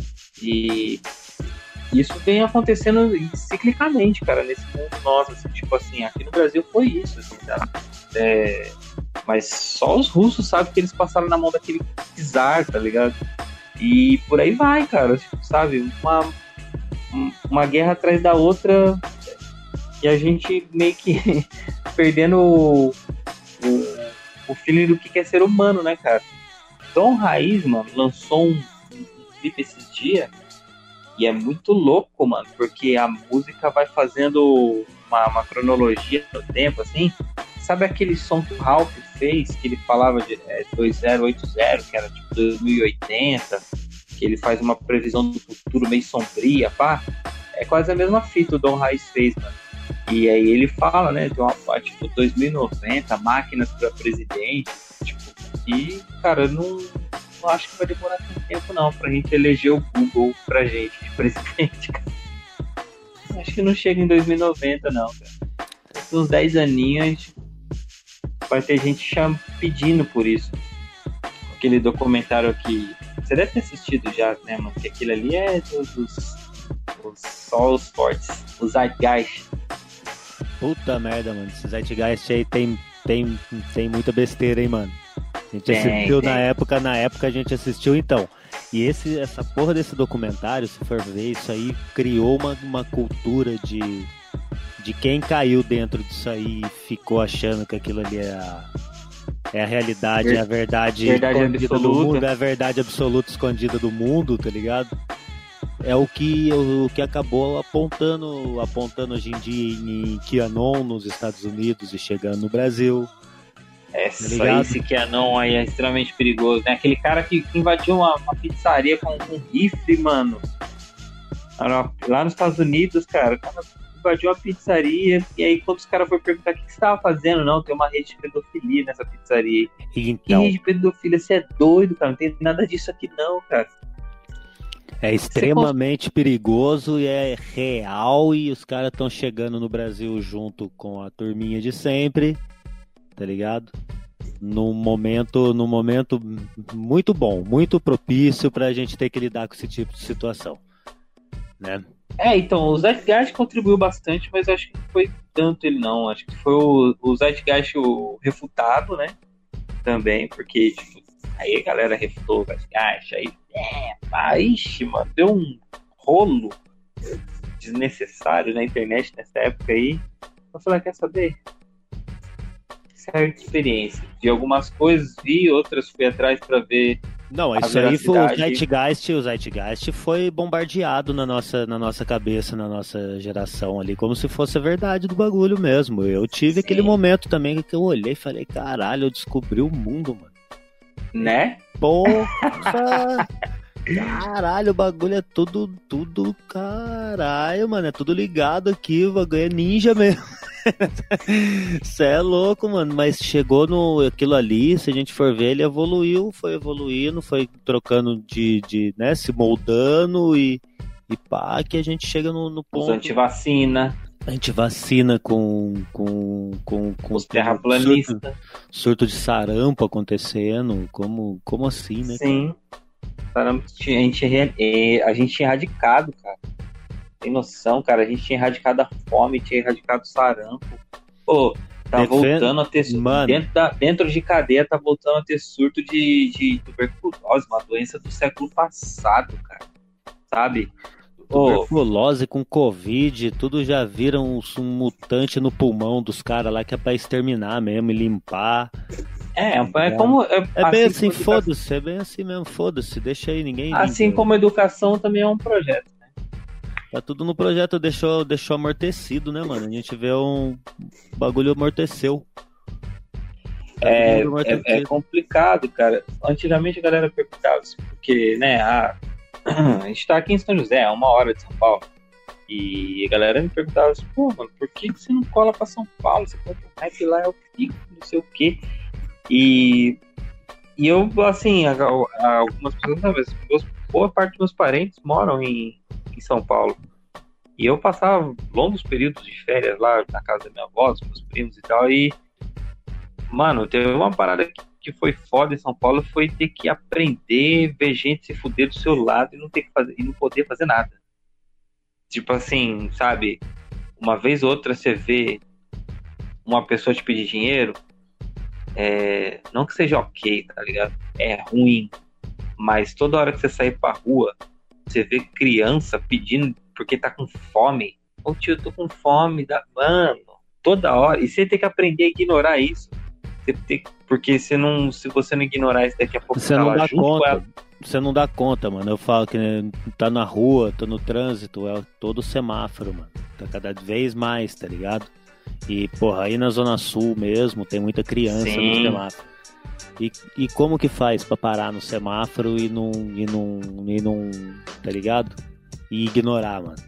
E isso vem acontecendo ciclicamente, cara, nesse mundo nosso, assim, tipo assim, aqui no Brasil foi isso, assim, tá? É, mas só os russos sabem que eles passaram na mão daquele czar, tá ligado? E por aí vai, cara, tipo, sabe? Uma, uma guerra atrás da outra e a gente meio que perdendo o, o, o feeling do que é ser humano, né, cara? Tom Raiz, mano, lançou um, um clipe esses dias. E é muito louco, mano, porque a música vai fazendo uma, uma cronologia no tempo, assim. Sabe aquele som que o Ralph fez, que ele falava de é, dois mil e oitenta, que era tipo dois mil e oitenta, que ele faz uma previsão do futuro meio sombria, pá? É quase a mesma fita o Dom Raiz fez, mano. E aí ele fala, né, de uma parte tipo dois mil e noventa, máquinas para presidente, tipo, e, cara, não... não acho que vai demorar tanto tempo não pra gente eleger o Google pra gente de presidente, cara. Acho que não chega em dois mil e noventa não, cara. Daqui uns dez aninhos vai ter gente cham... pedindo por isso. Aquele documentário que você deve ter assistido já, né, mano? Que aquilo ali é dos, dos, dos só os fortes, os Zeitgeist. Puta merda, mano. Esse Zeitgeist aí tem, tem, tem muita besteira, hein, mano. A gente tem, assistiu tem. na época, na época a gente assistiu então. E esse, essa porra desse documentário, se for ver, isso aí criou uma, uma cultura de, de quem caiu dentro disso aí e ficou achando que aquilo ali é a, é a realidade, Ver, é a verdade, verdade escondida absoluta. do mundo, é a verdade absoluta escondida do mundo, tá ligado? É o que, o que acabou apontando, apontando hoje em dia em QAnon nos Estados Unidos e chegando no Brasil. Essa, tá esse QAnon aí é extremamente perigoso, né? Aquele cara que invadiu uma, uma pizzaria com um rifle, mano. Lá nos Estados Unidos, cara, o cara invadiu uma pizzaria e aí quando os caras foram perguntar o que, que você tava fazendo, não, tem uma rede de pedofilia nessa pizzaria. Então, que rede de pedofilia? Você é doido, cara, não tem nada disso aqui não, cara. É extremamente cons... perigoso e é real e os caras estão chegando no Brasil junto com a turminha de sempre, tá ligado? Num momento, num momento muito bom, muito propício pra gente ter que lidar com esse tipo de situação, né? É, então, o Zeitgeist contribuiu bastante, mas acho que não foi tanto ele não, acho que foi o, o Zeitgeist o refutado, né? Também, porque, tipo, aí a galera refutou o Zeitgeist, aí, é, aí, mano, deu um rolo desnecessário na internet nessa época aí. Eu falei, quer saber? Certa experiência. De algumas coisas vi, outras fui atrás pra ver. Não, isso aí foi o Zeitgeist, o Zeitgeist foi bombardeado na nossa, na nossa cabeça, na nossa geração ali, como se fosse a verdade do bagulho mesmo. Eu tive Sim. aquele momento também que eu olhei e falei, caralho, eu descobri o mundo, mano. Né? Porra! Caralho, o bagulho é tudo, tudo, caralho, mano, é tudo ligado aqui, o bagulho é ninja mesmo. Cê é louco, mano, mas chegou no aquilo ali, se a gente for ver, ele evoluiu, foi evoluindo, foi trocando de, de né, se moldando e, e pá, que a gente chega no, no ponto... Os antivacina. Antivacina com, com, com, com os terraplanistas. Surto, surto de sarampo acontecendo, como, como assim, né? Sim. Sarampo, a gente, a gente tinha erradicado, cara. Tem noção, cara? A gente tinha erradicado a fome, tinha erradicado o sarampo. Pô, tá Defendo... voltando a ter surto. Dentro, da, dentro de cadeia tá voltando a ter surto de, de tuberculose, uma doença do século passado, cara. Sabe? Tuberculose com Covid, tudo já viram um, um mutante no pulmão dos caras lá que é pra exterminar mesmo e limpar. É, é como. É, é bem assim, assim foda-se, é bem assim mesmo, foda-se, deixa aí ninguém. Assim ninguém. Como educação também é um projeto. Tá tudo no projeto, deixou, deixou amortecido, né, mano? A gente vê um o bagulho amorteceu. É, é, é complicado, cara. Antigamente a galera perguntava assim, porque, né, a, a gente tá aqui em São José, a uma hora de São Paulo. E a galera me perguntava assim, pô, mano, por que você não cola pra São Paulo? Você pode o hype lá, é o pico, não sei o quê. E, e eu, assim, a, a, algumas pessoas, não, mas meus, boa parte dos meus parentes moram em em São Paulo. E eu passava longos períodos de férias lá na casa da minha avó, dos meus primos e tal, e Mano, teve uma parada que, que foi foda em São Paulo, foi ter que aprender, ver gente se fuder do seu lado e não ter que fazer, e não poder fazer nada. Tipo assim, sabe? Uma vez ou outra você vê uma pessoa te pedir dinheiro, é, não que seja ok, tá ligado? É ruim, mas toda hora que você sair pra rua, você vê criança pedindo porque tá com fome. Ô tio, eu tô com fome, da... mano, toda hora. E você tem que aprender a ignorar isso. Você tem... Porque se, não, se você não ignorar isso, daqui a pouco você tá não lá dá junto conta. com ela. Você não dá conta, mano. Eu falo que né, tá na rua, tô no trânsito, é todo semáforo, mano. Tá cada vez mais, tá ligado? E, porra, aí na Zona Sul mesmo, tem muita criança Sim. no semáforo. E, e como que faz pra parar no semáforo e não, e não, e não, tá ligado? E ignorar, mano.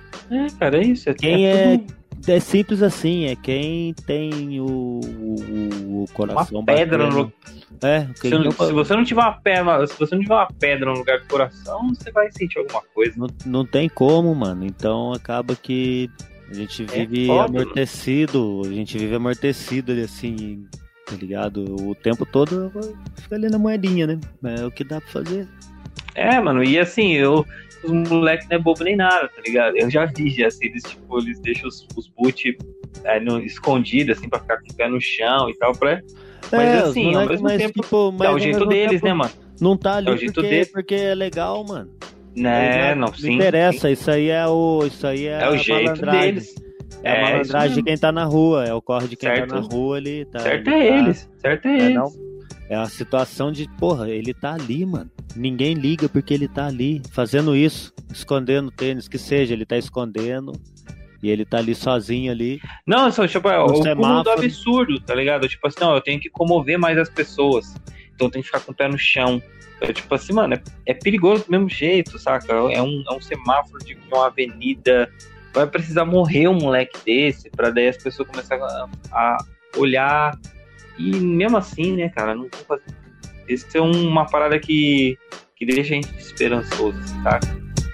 É, cara, é isso. É, Quem é, é, tudo é simples assim, é quem tem o, o, o coração uma pedra batendo. no... É, Se, não- se você não tiver uma pedra, se você não tiver uma pedra no lugar do coração, você vai sentir alguma coisa. Não, não tem como, mano. Então acaba que a gente vive É foda, amortecido, a gente vive amortecido ali assim, tá ligado? O tempo todo fica ali na moedinha, né? É o que dá pra fazer. É, mano, e assim, eu, os moleques não é bobo nem nada, tá ligado? Eu já vi, já, assim, eles, tipo, eles deixam os, os boot é, no, escondidos, assim, pra ficar com o pé no chão e tal, pra... Mas É, os assim, ao moleque, mesmo mas, tempo, tipo, mas é o ao jeito mesmo deles, tempo né, mano? Não tá ali É o jeito porque, deles. porque é legal, mano. Né, não, Não sim. interessa, isso aí é o. Isso aí é, É o a jeito malandragem. deles. É a É, malandragem isso de mesmo. quem tá na rua, é o corre de quem Certo. tá na rua ali. Tá, Certo ele é tá- eles, certo é É, eles. não? É a situação de, porra, ele tá ali, mano. Ninguém liga porque ele tá ali, fazendo isso, escondendo o tênis, que seja, ele tá escondendo e ele tá ali sozinho ali. Não, só, tipo, é, o cúmulo do semáforo. absurdo, tá ligado? Tipo assim, não, eu tenho que comover mais as pessoas. Então eu tenho que ficar com o pé no chão. É, tipo assim, mano, é, é perigoso do mesmo jeito, saca? É um, é um semáforo de uma avenida. Vai precisar morrer um moleque desse pra daí as pessoas começarem a, a olhar. E mesmo assim, né, cara, não vou fazer. Isso é uma parada que, que deixa a gente esperançoso, saca?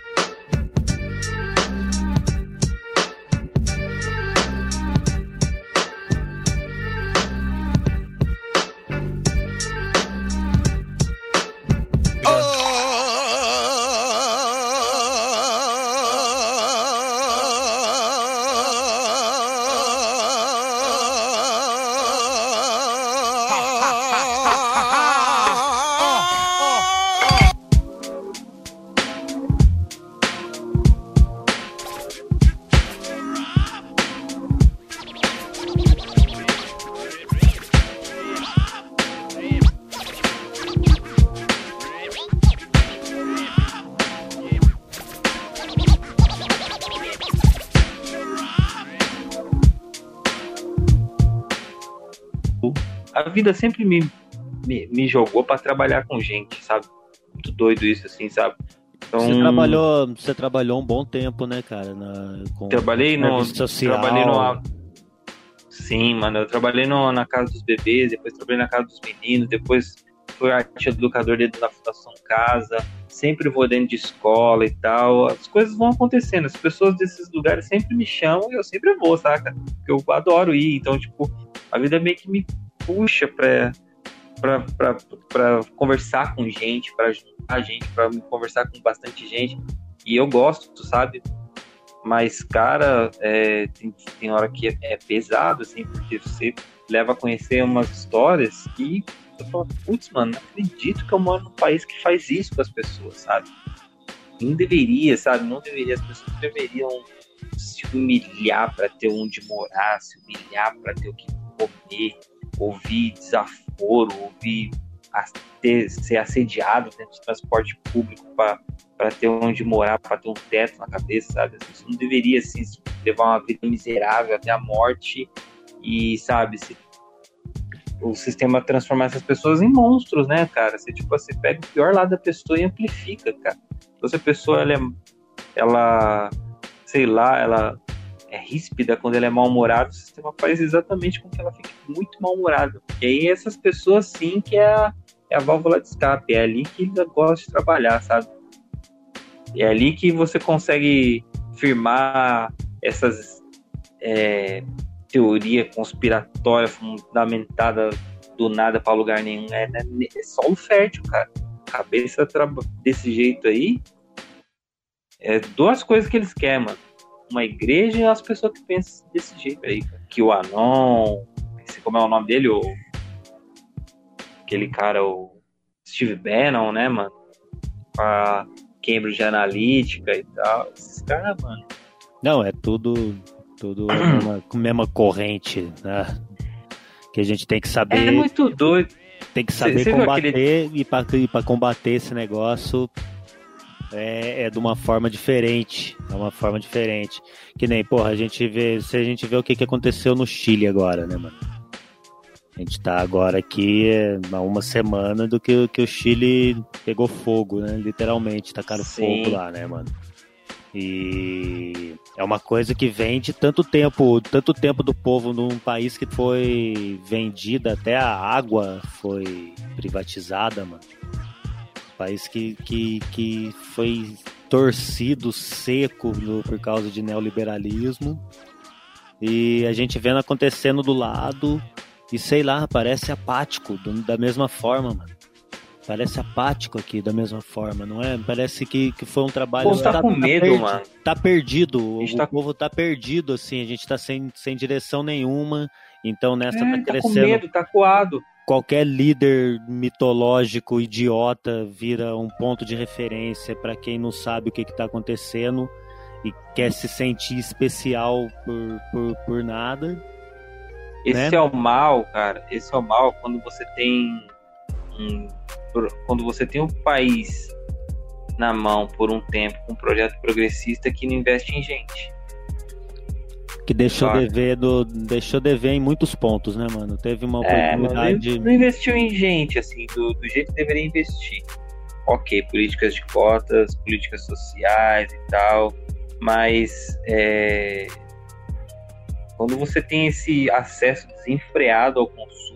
A vida sempre me, me, me jogou pra trabalhar com gente, sabe? Muito doido isso, assim, sabe? Então, Você trabalhou, você trabalhou um bom tempo, né, cara? Na, com, trabalhei com no. serviço social. Trabalhei no. Sim, mano, eu trabalhei no, na casa dos bebês, depois trabalhei na casa dos meninos, depois fui arte educador dentro da Fundação Casa, sempre vou dentro de escola e tal. As coisas vão acontecendo, as pessoas desses lugares sempre me chamam e eu sempre vou, saca? Porque eu adoro ir, então, tipo, a vida meio que me puxa pra, pra, pra, pra conversar com gente, pra juntar gente, pra me conversar com bastante gente. E eu gosto, sabe? Mas, cara, é, tem, tem hora que é, é pesado, assim, porque você leva a conhecer umas histórias que você fala, putz, mano, não acredito que eu moro num país que faz isso com as pessoas, sabe? Não deveria, sabe? Não deveria, as pessoas não deveriam se humilhar pra ter onde morar, se humilhar pra ter o que comer, ouvir desaforo, ouvir ter, ser assediado dentro do transporte público para ter onde morar, para ter um teto na cabeça, sabe? As pessoas não deveriam assim, levar uma vida miserável até a morte e, sabe, se, o sistema transformar essas pessoas em monstros, né, cara? Você, tipo, você pega o pior lado da pessoa e amplifica, cara. Então, se a pessoa, ela, é, ela sei lá, ela é ríspida quando ela é mal-humorada, o sistema faz exatamente com que ela fique muito mal-humorada. E aí essas pessoas, sim, que é a, é a válvula de escape, é ali que ela gosta de trabalhar, sabe? É ali que você consegue firmar essas, é, teoria conspiratória fundamentada do nada pra lugar nenhum. É, é solo fértil, cara. Cabeça desse jeito aí. É duas coisas que eles querem, mano. Uma igreja e as pessoas que pensam desse jeito aí, cara. Que o Anon, esse, como é o nome dele? O, aquele cara, o Steve Bannon, né, mano? A Cambridge Analytica e tal. Esses caras, mano. Não, é tudo, tudo a mesma, mesma corrente, né? Que a gente tem que saber. É muito doido. Tem que saber cê, cê combater aquele... e para e pra combater esse negócio é, é de uma forma diferente. É uma forma diferente. Que nem, porra, a gente vê. Se a gente vê o que, que aconteceu no Chile agora, né, mano? A gente tá agora aqui há uma semana do que, que o Chile pegou fogo, né? Literalmente, tacaram Sim. fogo lá, né, mano? E é uma coisa que vem de tanto tempo, tanto tempo do povo num país que foi vendida, até a água foi privatizada, mano. País que, que, que foi torcido, seco no, por causa de neoliberalismo. E a gente vendo acontecendo do lado e sei lá, parece apático do, da mesma forma, mano. Parece apático aqui da mesma forma, não é? Parece que, que foi um trabalho... O povo tá, tá com medo, perdi, mano. Tá perdido, o tá... povo tá perdido, assim, a gente tá sem, sem direção nenhuma, então nessa é, tá crescendo... Tá com medo, tá coado. Qualquer líder mitológico, idiota, vira um ponto de referência pra quem não sabe o que que tá acontecendo e quer se sentir especial por, por, por nada. Esse né? é o mal, cara, esse é o mal quando você tem... Um, quando você tem um país na mão por um tempo com um projeto progressista que não investe em gente, que deixou claro. dever do, deixou dever em muitos pontos, né, mano? Teve uma oportunidade. É, não investiu em gente assim do, do jeito que deveria investir. Ok, políticas de cotas, políticas sociais e tal, mas é, quando você tem esse acesso desenfreado ao consumo,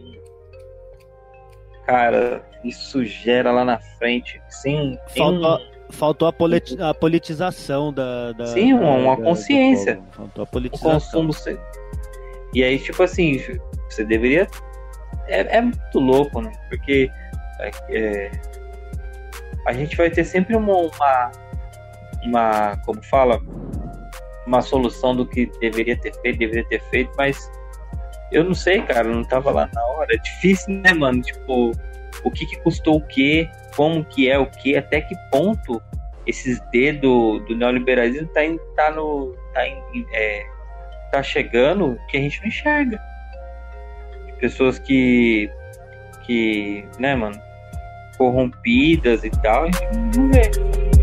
cara, isso gera lá na frente, sim. Faltou, um... faltou a, politi- a politização da, da sim, uma, uma da, consciência. Faltou a politização. O consumo. E aí, tipo assim, você deveria. É, é muito louco, né? Porque é, a gente vai ter sempre uma, uma, uma, como fala, uma solução do que deveria ter feito, deveria ter feito, mas eu não sei, cara, eu não tava lá na hora. É difícil, né, mano? Tipo, o que que custou o quê? Como que é o quê? Até que ponto esses dedos do neoliberalismo tá, em, tá, no, tá, em, é, tá chegando que a gente não enxerga. Pessoas que, que, né, mano, corrompidas e tal, a gente não vê.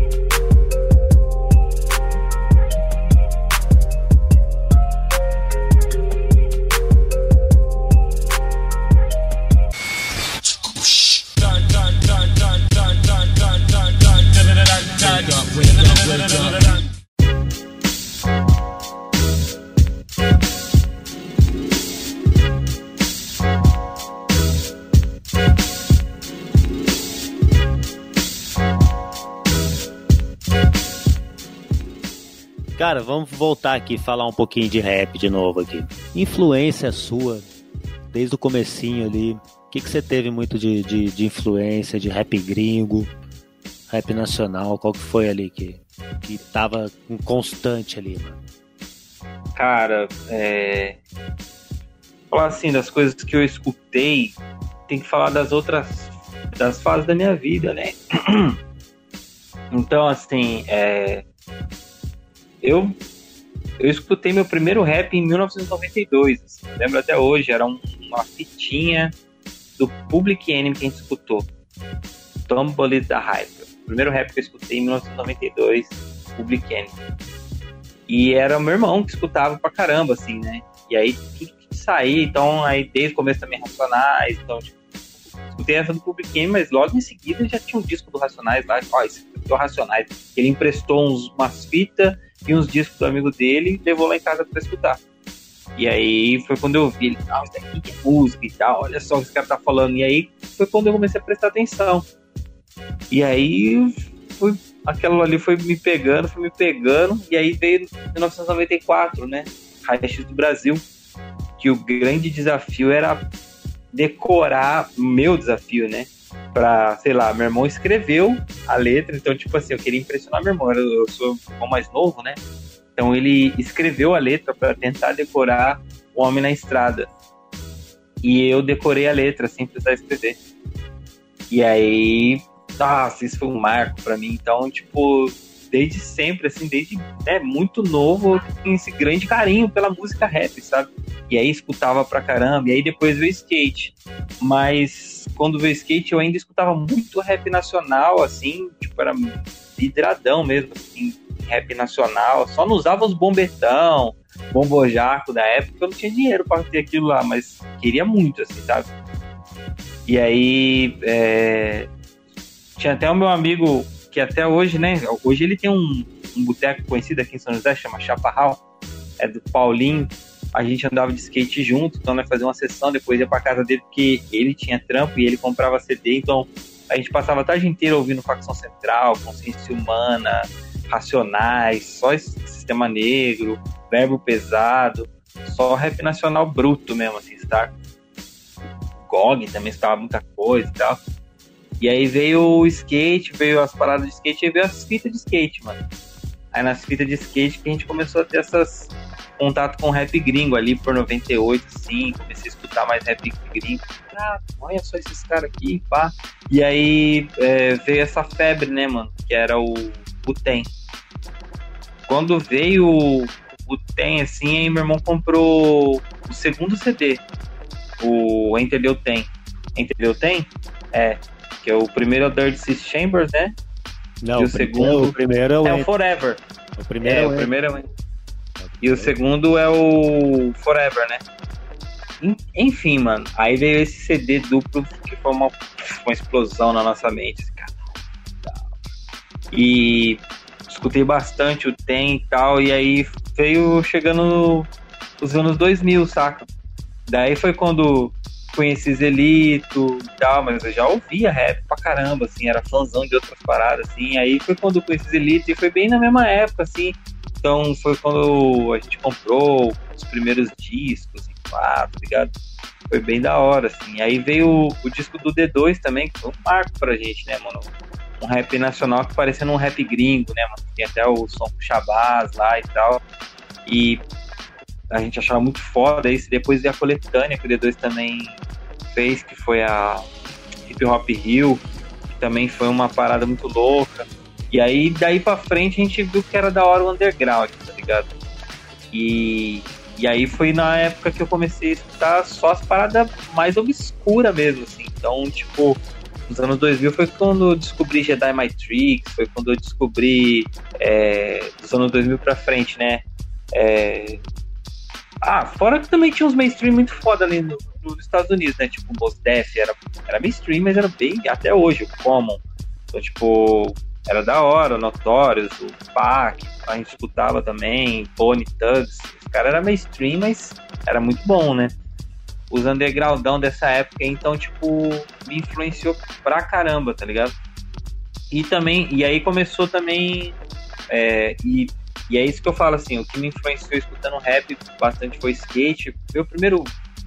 Cara, vamos voltar aqui e falar um pouquinho de rap de novo aqui. Influência sua, desde o comecinho ali, o que, que você teve muito de, de, de influência, de rap gringo, rap nacional, qual que foi ali que, que tava constante ali, mano? Cara, é... falar assim, das coisas que eu escutei, tem que falar das outras, das fases da minha vida, né? Então, assim, é... Eu, eu escutei meu primeiro rap em mil novecentos e noventa e dois, assim, eu lembro até hoje, era um, uma fitinha do Public Enemy que a gente escutou, Don't Believe the Hype, o primeiro rap que eu escutei em mil novecentos e noventa e dois, Public Enemy, e era o meu irmão que escutava pra caramba, assim, né, e aí tudo que saía, então aí desde o começo também Racionais, então tipo, escutei essa do Public Enemy, mas logo em seguida já tinha um disco do Racionais lá, ó, esse aqui é o Racionais, ele emprestou uns, umas fitas e uns discos do amigo dele e levou lá em casa pra escutar. E aí foi quando eu vi ele, ah, isso daqui é música e tal, olha só o que esse cara tá falando. E aí foi quando eu comecei a prestar atenção. E aí foi, aquilo ali foi me pegando, foi me pegando, e aí veio em mil novecentos e noventa e quatro, né? Raio X do Brasil. que o grande desafio era decorar o meu desafio, né? Pra, sei lá, meu irmão escreveu a letra, então, tipo assim, eu queria impressionar meu irmão, eu sou o mais novo, né? Então ele escreveu a letra para tentar decorar O Homem na Estrada. E eu decorei a letra sem precisar escrever. E aí, nossa, isso foi um marco pra mim. Então, tipo, desde sempre, assim, desde né, muito novo, eu tenho esse grande carinho pela música rap, sabe? E aí escutava pra caramba, e aí depois veio skate. Mas quando veio skate, eu ainda escutava muito rap nacional, assim, tipo, era vidradão mesmo, assim, rap nacional. Só não usava os bombetão, bombojaco da época, eu não tinha dinheiro pra ter aquilo lá, mas queria muito, assim, sabe? E aí, é... tinha até o meu amigo, que até hoje, né, hoje ele tem um, um boteco conhecido aqui em São José, chama Chaparral, é do Paulinho. A gente andava de skate junto, então nós fazíamos uma sessão, depois ia pra casa dele, porque ele tinha trampo e ele comprava C D, então a gente passava a tarde inteira ouvindo Facção Central, Consciência Humana, Racionais, só esse Sistema Negro, Verbo Pesado, só rap nacional bruto mesmo, assim, tá? G O G também estava muita coisa e tal. E aí veio o skate, veio as paradas de skate, e veio as fitas de skate, mano. Aí nas fitas de skate que a gente começou a ter essas contato com rap gringo ali por noventa e oito, assim, comecei a escutar mais rap gringo. Ah, olha só esses caras aqui, pá. E aí é, veio essa febre, né, mano, que era o Wu-Tang. Quando veio o Wu-Tang, assim, aí meu irmão comprou o segundo C D, o Enter the Wu-Tang. Enter the Wu-Tang? É, que é o primeiro é o Dirty Six Chambers, né? Não, e o, o segundo o primeiro é o, é o Forever. O primeiro é, é o primeiro é o E o segundo é o Forever, né? Enfim, mano. Aí veio esse C D duplo que foi uma, uma explosão na nossa mente. E escutei bastante o Tem e tal. E aí veio chegando os anos dois mil, saca? Daí foi quando conheci Zelito e tal. Mas eu já ouvia rap pra caramba, assim. Era fãzão de outras paradas, assim. Aí foi quando eu conheci Zelito e foi bem na mesma época, assim. Então foi quando a gente comprou os primeiros discos e pá, tá ligado? Foi bem da hora, assim. Aí veio o, o disco do D dois também, que foi um marco pra gente, né, mano? Um rap nacional que parecendo um rap gringo, né, mano? Tem até o som com Shabazz lá e tal. E a gente achava muito foda isso. Depois veio a coletânea que o D dois também fez, que foi a Hip Hop Hill, que também foi uma parada muito louca. E aí, daí pra frente, a gente viu que era da hora o underground, tá ligado? E, e aí foi na época que eu comecei a escutar só as paradas mais obscuras mesmo, assim. Então, tipo, nos anos dois mil foi quando eu descobri Jedi Matrix, foi quando eu descobri, é, dos anos dois mil pra frente, né? É... Ah, fora que também tinha uns mainstream muito foda ali no, nos Estados Unidos, né? Tipo, o Mos Def era, era mainstream, mas era bem, até hoje, o Common. Então, tipo... Era da hora, o Notorious, o Pac, a gente escutava também, Pony Tugs. Esse cara era mainstream, mas era muito bom, né? Os undergroundão dessa época, então, tipo, me influenciou pra caramba, tá ligado? E também, e aí começou também, é, e, e é isso que eu falo, assim, o que me influenciou escutando rap bastante foi skate. Meu primeiro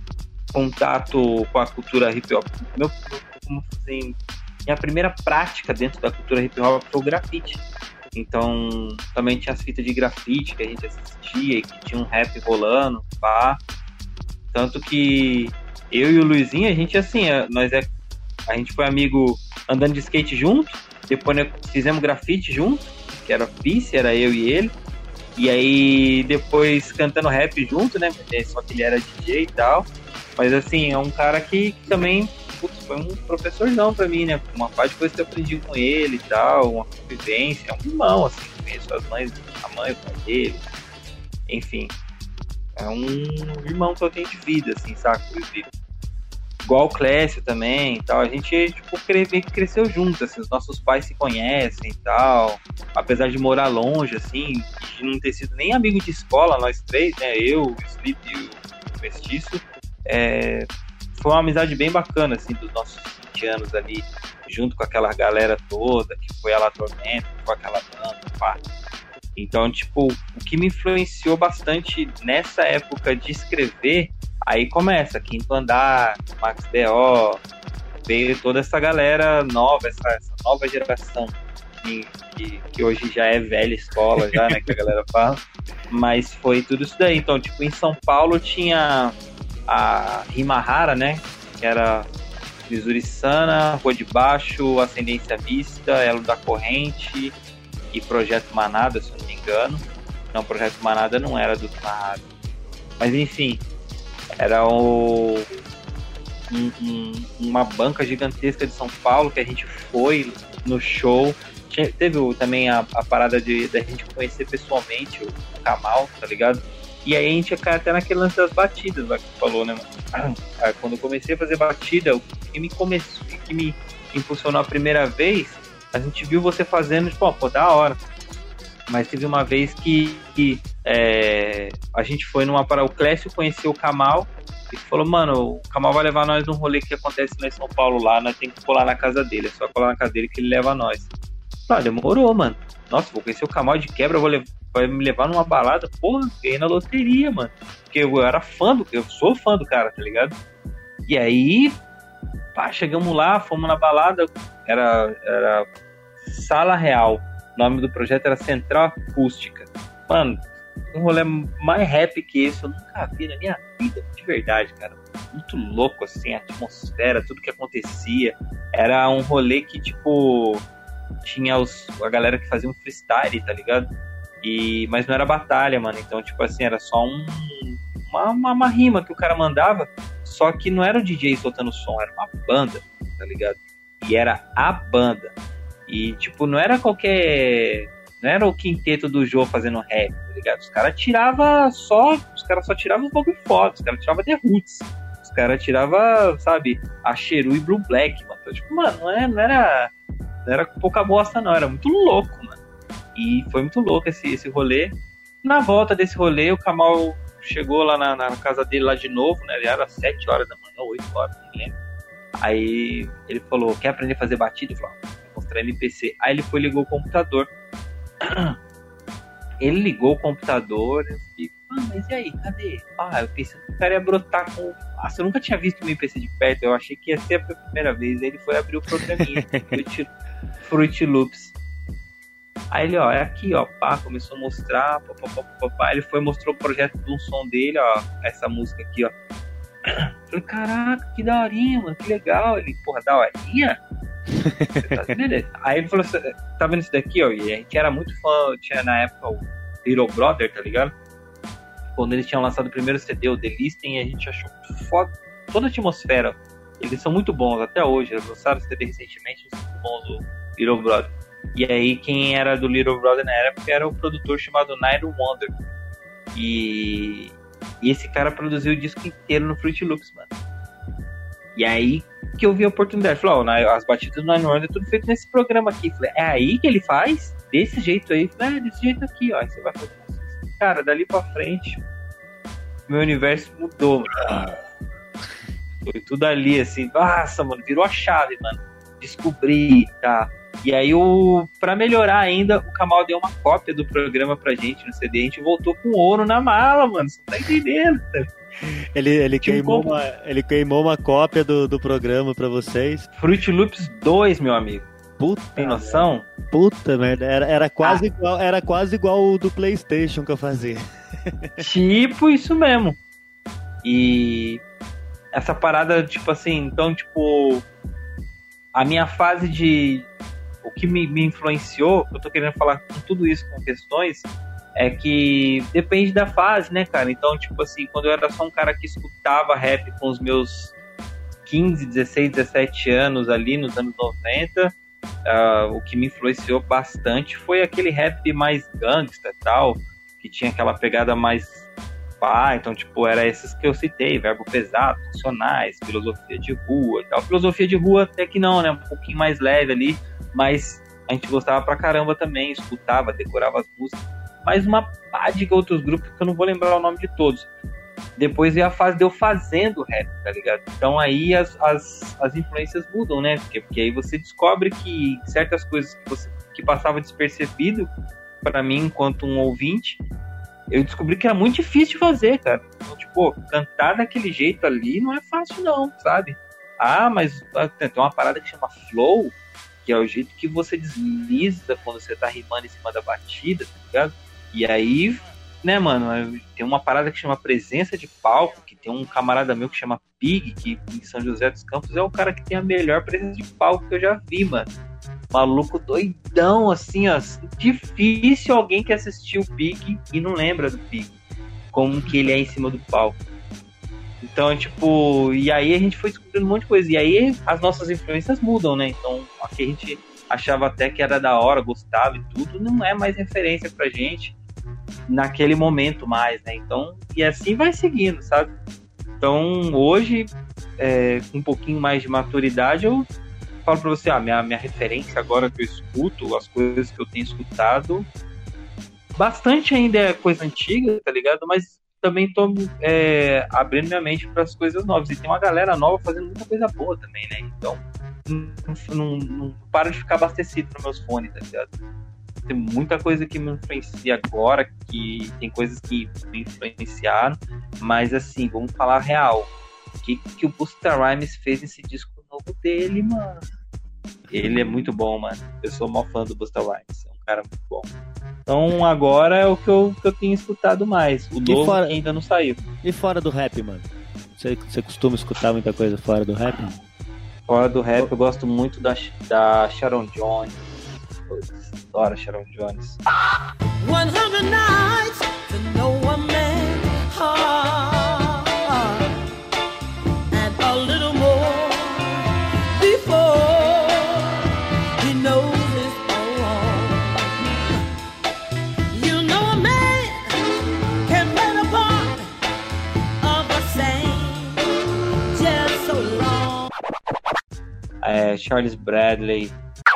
contato com a cultura hip hop, meu, como assim... Minha primeira prática dentro da cultura hip hop foi o grafite. Então, também tinha as fitas de grafite que a gente assistia e que tinha um rap rolando, pá. Tanto que eu e o Luizinho, a gente assim, nós é, a gente foi amigo andando de skate junto, depois nós fizemos grafite junto, que era Peace, era eu e ele. E aí, depois cantando rap junto, né? Só que ele era D J e tal. Mas assim, é um cara que, que também... Putz, foi um professorzão pra mim, né? Uma parte de coisa que eu aprendi com ele e tal, uma convivência, é um irmão, assim, conheço as mães, a mãe, o pai dele, enfim. É um irmão que eu tenho de vida, assim, saca? Igual o Clécio também e tal, a gente, tipo, cresceu junto, assim, os nossos pais se conhecem e tal, apesar de morar longe, assim, de não ter sido nem amigo de escola, nós três, né? Eu, o Sleep e o Mestiço, é... foi uma amizade bem bacana, assim, dos nossos vinte anos ali, junto com aquela galera toda, que foi a La Tormenta, com aquela banda, pá. Então, tipo, o que me influenciou bastante nessa época de escrever Aí começa, Quinto Andar, Max B O, veio toda essa galera nova, essa, essa nova geração, que, que, que hoje já é velha escola, já, né, que a galera fala, mas foi tudo isso daí. Então, tipo, em São Paulo tinha a Rimahara, né, que era Missouri-Sana, Rua de Baixo, Ascendência Mista, Elo da Corrente e Projeto Manada, se eu não me engano. Não, Projeto Manada não era do Rimahara. Mas, enfim, era o... Um, um, uma banca gigantesca de São Paulo que a gente foi no show. Tinha, teve o, também a, a parada de da gente conhecer pessoalmente o, o Kamal, tá ligado? E aí a gente cai até naquele lance das batidas lá que tu falou, né, mano? Aí, quando eu comecei a fazer batida, o que me começou, que me impulsionou a primeira vez, a gente viu você fazendo, tipo, ó, pô, da hora. Mas teve uma vez que, que é, a gente foi numa parada, o Clécio conheceu o Kamal e falou, mano, o Kamal vai levar nós num rolê que acontece lá em São Paulo, lá, nós tem que colar na casa dele, é só colar na casa dele que ele leva nós. Ah, demorou, mano. Nossa, vou conhecer o Kamal de quebra, vou levar, vai me levar numa balada, porra, ganhei na loteria, mano. Porque eu era fã do, eu sou fã do cara, tá ligado? E aí, pá, chegamos lá, fomos na balada, era, era Sala Real, o nome do projeto era Central Acústica. Mano, um rolê mais rap que esse eu nunca vi na minha vida, de verdade, cara. Muito louco, assim, a atmosfera, tudo que acontecia. Era um rolê que, tipo, tinha os, a galera que fazia um freestyle, tá ligado? E, mas não era batalha, mano. Então, tipo assim, era só um, uma, uma, uma rima que o cara mandava, só que não era o D J soltando som, era uma banda, tá ligado? E era a banda. E, tipo, não era qualquer... Não era o quinteto do Jô fazendo rap, tá ligado? Os caras tiravam só... Os caras só tiravam os bagulho foda. Os caras tiravam The Roots. Os caras tiravam, sabe, a Cheru e Blue Black, mano. Então, tipo, mano, não, é, não era... Não era pouca bosta, não. Era muito louco, mano. E foi muito louco esse, esse rolê. Na volta desse rolê, o Kamal chegou lá na, na casa dele lá de novo, né? Ele era sete horas da manhã, oito horas, não me lembro. Aí ele falou, quer aprender a fazer batida? Eu falei, vou mostrar M P C. Aí ele foi e ligou o computador. Ele ligou o computador e ah, mas e aí, cadê? Ah, eu pensei que o cara ia brotar com... Nossa, eu nunca tinha visto um M P C de perto, eu achei que ia ser a primeira vez. Aí ele foi abrir o programinha, Fruit, Fruit Loops. Aí ele, ó, é aqui, ó, pá, começou a mostrar, pá, pá, pá, pá, ele foi, mostrou o projeto de um som dele, ó, essa música aqui, ó. Falei, caraca, que daorinha, mano, que legal. Ele, porra, daorinha? Aí ele falou, tá vendo isso daqui, ó? E a gente era muito fã, tinha na época o Little Brother, tá ligado? Quando eles tinham lançado o primeiro C D, o The Listing, a gente achou foda toda a atmosfera. Eles são muito bons até hoje, eles lançaram o C D recentemente, eles são muito bons, o Little Brother. E aí quem era do Little Brother na época era o produtor chamado Nile Wonder. E... e esse cara produziu o disco inteiro no Fruit Loops, mano. E aí que eu vi a oportunidade. Falei, ó, as batidas do Nine Wonder é tudo feito nesse programa aqui. Falei, é aí que ele faz? Desse jeito aí? Falei, é, desse jeito aqui, ó. Aí você vai fazer isso. Cara, dali pra frente, meu universo mudou, mano. Foi tudo ali, assim. Nossa, mano, virou a chave, mano. Descobri, tá? E aí, o, pra melhorar ainda, o Kamal deu uma cópia do programa pra gente no C D. A gente voltou com ouro na mala, mano. Você tá entendendo? Ele, ele, queimou uma, ele queimou uma cópia do, do programa pra vocês. Fruit Loops dois, meu amigo. Puta, tem noção? Puta merda, era, era, quase, ah. igual, era quase igual o do PlayStation que eu fazia. Tipo isso mesmo. E essa parada, tipo assim, então, tipo, a minha fase de... O que me, me influenciou, eu tô querendo falar com tudo isso, com questões, é que depende da fase, né, cara? Então, tipo assim, quando eu era só um cara que escutava rap com os meus quinze, dezesseis, dezessete anos ali nos anos noventa, uh, o que me influenciou bastante foi aquele rap mais gangsta e tal, que tinha aquela pegada mais pá, então, tipo, era esses que eu citei, Verbo Pesado, Funcionais, Filosofia de Rua e tal. Filosofia de Rua até que não, né, um pouquinho mais leve ali, mas a gente gostava pra caramba também, escutava, decorava as músicas, mais uma pá de outros grupos que eu não vou lembrar o nome de todos. Depois veio a fase de eu fazendo rap, tá ligado? Então aí as, as, as influências mudam, né? Porque, porque aí você descobre que certas coisas que, você, que passava despercebido pra mim enquanto um ouvinte, eu descobri que era muito difícil de fazer, cara. Então, tipo, pô, cantar daquele jeito ali não é fácil não, sabe? Ah, mas tem uma parada que chama flow, que é o jeito que você desliza quando você tá rimando em cima da batida, tá ligado? E aí, né, mano, tem uma parada que chama presença de palco, que tem um camarada meu que chama Pig, que em São José dos Campos é o cara que tem a melhor presença de palco que eu já vi, mano. Maluco doidão, assim, ó. Difícil alguém que assistiu o Pig e não lembra do Pig, como que ele é em cima do palco. Então, tipo, e aí a gente foi descobrindo um monte de coisa. E aí as nossas influências mudam, né? Então, o que a gente achava até que era da hora, gostava e tudo, não é mais referência pra gente naquele momento mais, né? Então, e assim vai seguindo, sabe? Então, hoje, é, com um pouquinho mais de maturidade, eu falo pra você, ah, minha, minha referência agora que eu escuto, as coisas que eu tenho escutado, bastante ainda é coisa antiga, tá ligado? Mas também tô é, abrindo minha mente para as coisas novas. E tem uma galera nova fazendo muita coisa boa também, né? Então, não, não, não paro de ficar abastecido nos meus fones, tá ligado? Tem muita coisa que me influencia agora, que tem coisas que me influenciaram, mas assim, vamos falar real. O que, que o Busta Rhymes fez nesse disco novo dele, mano? Ele é muito bom, mano. Eu sou mó fã do Busta Rhymes, é um cara muito bom. Então agora é o que eu, que eu tenho escutado mais. O novo fora, ainda não saiu. E fora do rap, mano? Você, você costuma escutar muita coisa fora do rap? Fora do rap eu gosto muito da, da Sharon Jones. Eu adoro a Sharon Jones. one hundred nights to know a man hard, and a little more before he knows his own. You know a man can play the part of a saint just so long. É, Charles Bradley.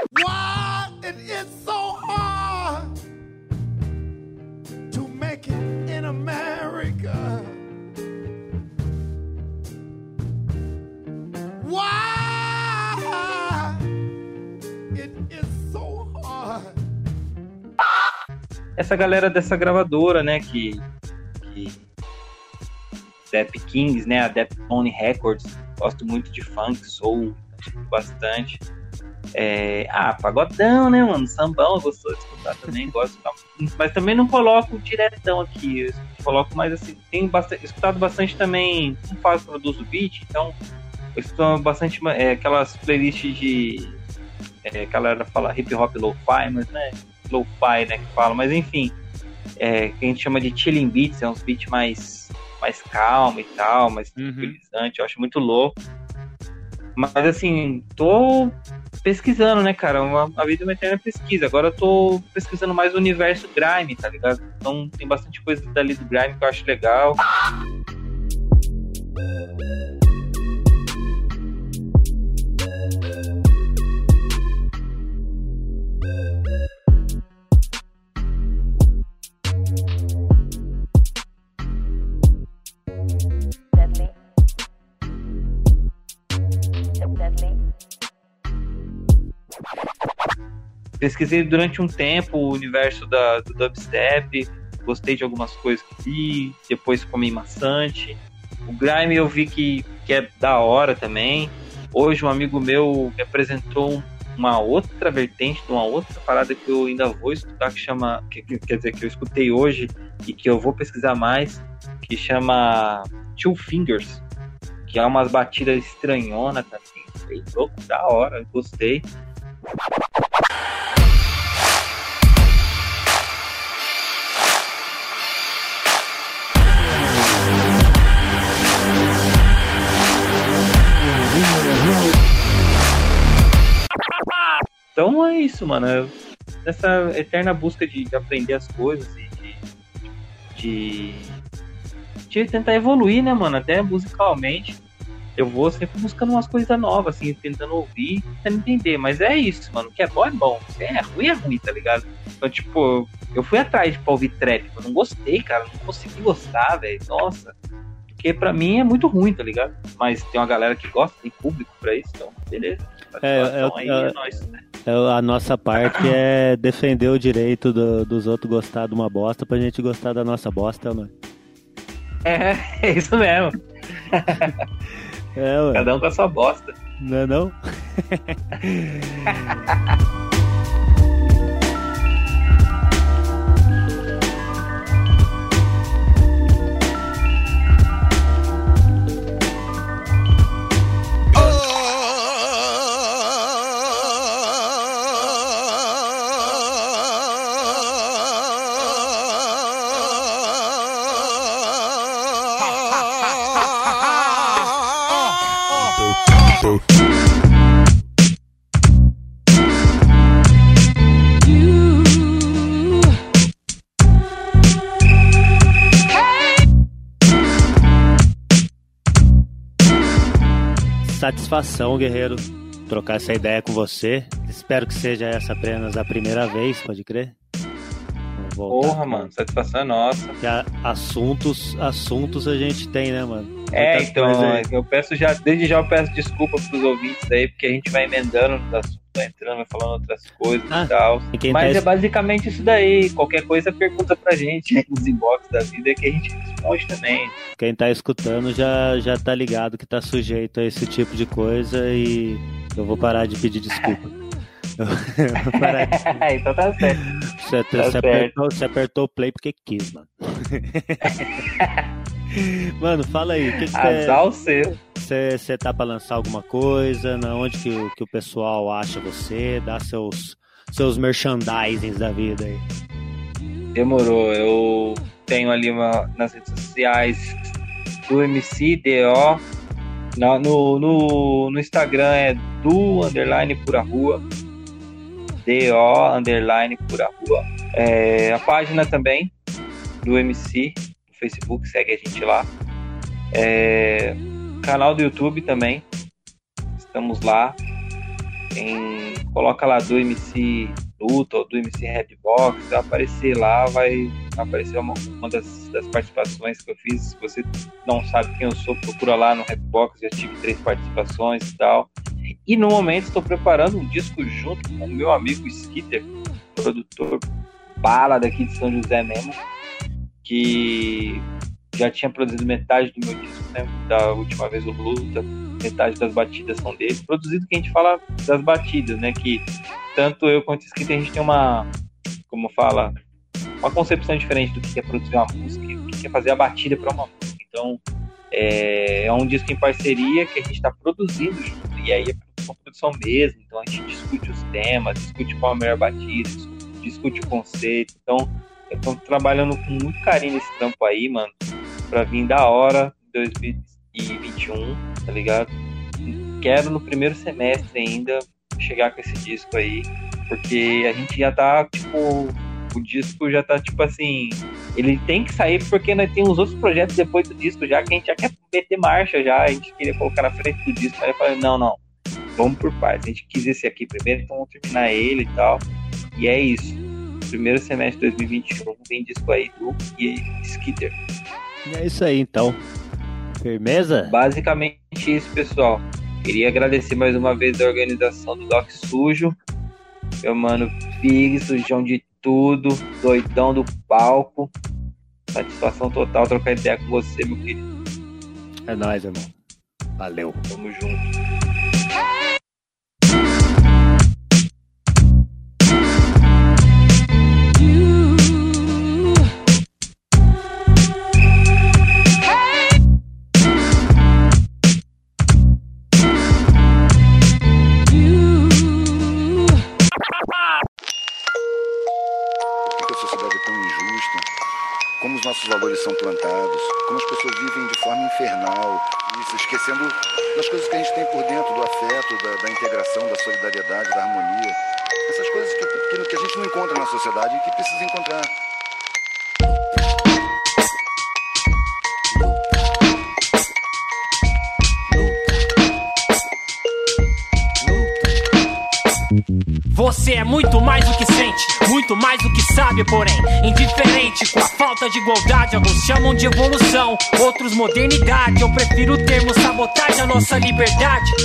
Essa galera dessa gravadora, né, que, que Dap Kings, né, a Daptone Records, gosto muito de funk, soul, bastante. É, ah, pagodão, né, mano, sambão, eu gosto de escutar também, gosto, mas também não coloco diretão aqui, eu coloco mais assim, tenho bastante, escutado bastante também, como faço, produzo beat, então eu escuto bastante é, aquelas playlists de, é, que a galera fala hip hop lo-fi, mas né, lo-fi, né, que fala, mas enfim, é, que a gente chama de chilling beats, é uns beats mais, mais calmo e tal, mais tranquilizante, uhum. Eu acho muito louco. Mas assim, tô pesquisando, né, cara, uma, a vida é uma eterna pesquisa, agora eu tô pesquisando mais o universo grime, tá ligado? Então tem bastante coisa dali do grime que eu acho legal. Pesquisei durante um tempo o universo da, do dubstep, gostei de algumas coisas que vi, depois ficou meio maçante. O grime eu vi que, que é da hora também. Hoje um amigo meu me apresentou uma outra vertente, uma outra parada que eu ainda vou escutar, que chama, que, que, quer dizer, que eu escutei hoje e que eu vou pesquisar mais, que chama Two Fingers, que é umas batidas estranhonas também. Bem louco, da hora, gostei. Então é isso, mano. Essa eterna busca de, de aprender as coisas e de, de, de tentar evoluir, né, mano? Até musicalmente. Eu vou sempre buscando umas coisas novas, assim, tentando ouvir, tentando entender. Mas é isso, mano. O que é bom é bom. O que é ruim é ruim, tá ligado? Então, tipo, eu fui atrás pra ouvir trap. Eu não gostei, cara. Não consegui gostar, velho. Nossa. Porque pra mim é muito ruim, tá ligado? Mas tem uma galera que gosta, tem público pra isso, então beleza. É, então, aí é, é nóis, né? É, a nossa parte é defender o direito do, dos outros gostar de uma bosta pra gente gostar da nossa bosta, mano. É, é isso mesmo. É, ué. Cada um com a sua bosta. Não é não? Satisfação, guerreiro, trocar essa ideia com você. Espero que seja essa apenas a primeira vez, pode crer? Porra, mano, satisfação é nossa. Que a, assuntos, assuntos a gente tem, né, mano? É, Muitas então, coisas... eu peço já, desde já eu peço desculpa pros ouvintes aí, porque a gente vai emendando nos assuntos, vai entrando, vai falando outras coisas ah, e tal. E Mas tá... é basicamente isso daí. Qualquer coisa pergunta pra gente aí nos inbox da vida que a gente responde também. Quem tá escutando já, já tá ligado que tá sujeito a esse tipo de coisa e eu vou parar de pedir desculpa. Eu vou parar de... Então tá certo. Você, tá você, certo. Apertou, você apertou o play porque quis, mano. Mano, fala aí. Que que Azar o seu. Você tá pra lançar alguma coisa? Na onde que, o, que o pessoal acha você? Dá seus, seus merchandisings da vida aí. Demorou. Eu tenho ali uma, nas redes sociais do M C D O. Na, no, no, no Instagram é do underline pura rua. D O underline pura rua. É, a página também do M C no Facebook, segue a gente lá. É, canal do YouTube também, estamos lá. Tem, coloca lá do M C Luta ou do M C Rapbox, vai aparecer lá, vai aparecer uma, uma das, das participações que eu fiz. Se você não sabe quem eu sou, procura lá no Rapbox, já tive três participações e tal. E no momento estou preparando um disco junto com o meu amigo Skitter, produtor bala daqui de São José mesmo, que já tinha produzido metade do meu disco, né? Da última vez o Luta, metade das batidas são dele. Produzido que a gente fala das batidas, né? Que tanto eu quanto o Skitter a gente tem uma, como fala, uma concepção diferente do que é produzir uma música e o que é fazer a batida para uma música. Então é, é um disco em parceria que a gente está produzindo junto, e aí é uma produção mesmo. Então a gente discute os temas, discute qual a melhor batida, discute o conceito. Então eu tô trabalhando com muito carinho nesse trampo aí, mano, pra vir da hora em dois mil e vinte e um, tá ligado? Quero no primeiro semestre ainda chegar com esse disco aí, porque a gente já tá, tipo, o disco já tá, tipo assim, ele tem que sair porque nós temos outros projetos depois do disco já, que a gente já quer meter marcha já, a gente queria colocar na frente do disco, mas eu falei, não, não, vamos por partes, a gente quis esse aqui primeiro, então vamos terminar ele e tal, e é isso. Primeiro semestre de dois mil e vinte e um, vem disco aí do Skitter. E é isso aí, então. Firmeza? Basicamente isso, pessoal. Queria agradecer mais uma vez a organização do Doc Sujo. Meu mano Pig, sujão de tudo, doidão do palco. Satisfação total trocar ideia com você, meu querido. É nóis, irmão. Valeu. Tamo junto. Como os nossos valores são plantados, como as pessoas vivem de forma infernal, isso, esquecendo das coisas que a gente tem por dentro, do afeto, da, da integração, da solidariedade, da harmonia. Essas coisas que, que, que a gente não encontra na sociedade e que precisa encontrar. Você é muito mais do que sente, muito mais do que sabe, porém indiferente com a falta de igualdade. Alguns chamam de evolução, outros modernidade. Eu prefiro o termo sabotagem à nossa liberdade.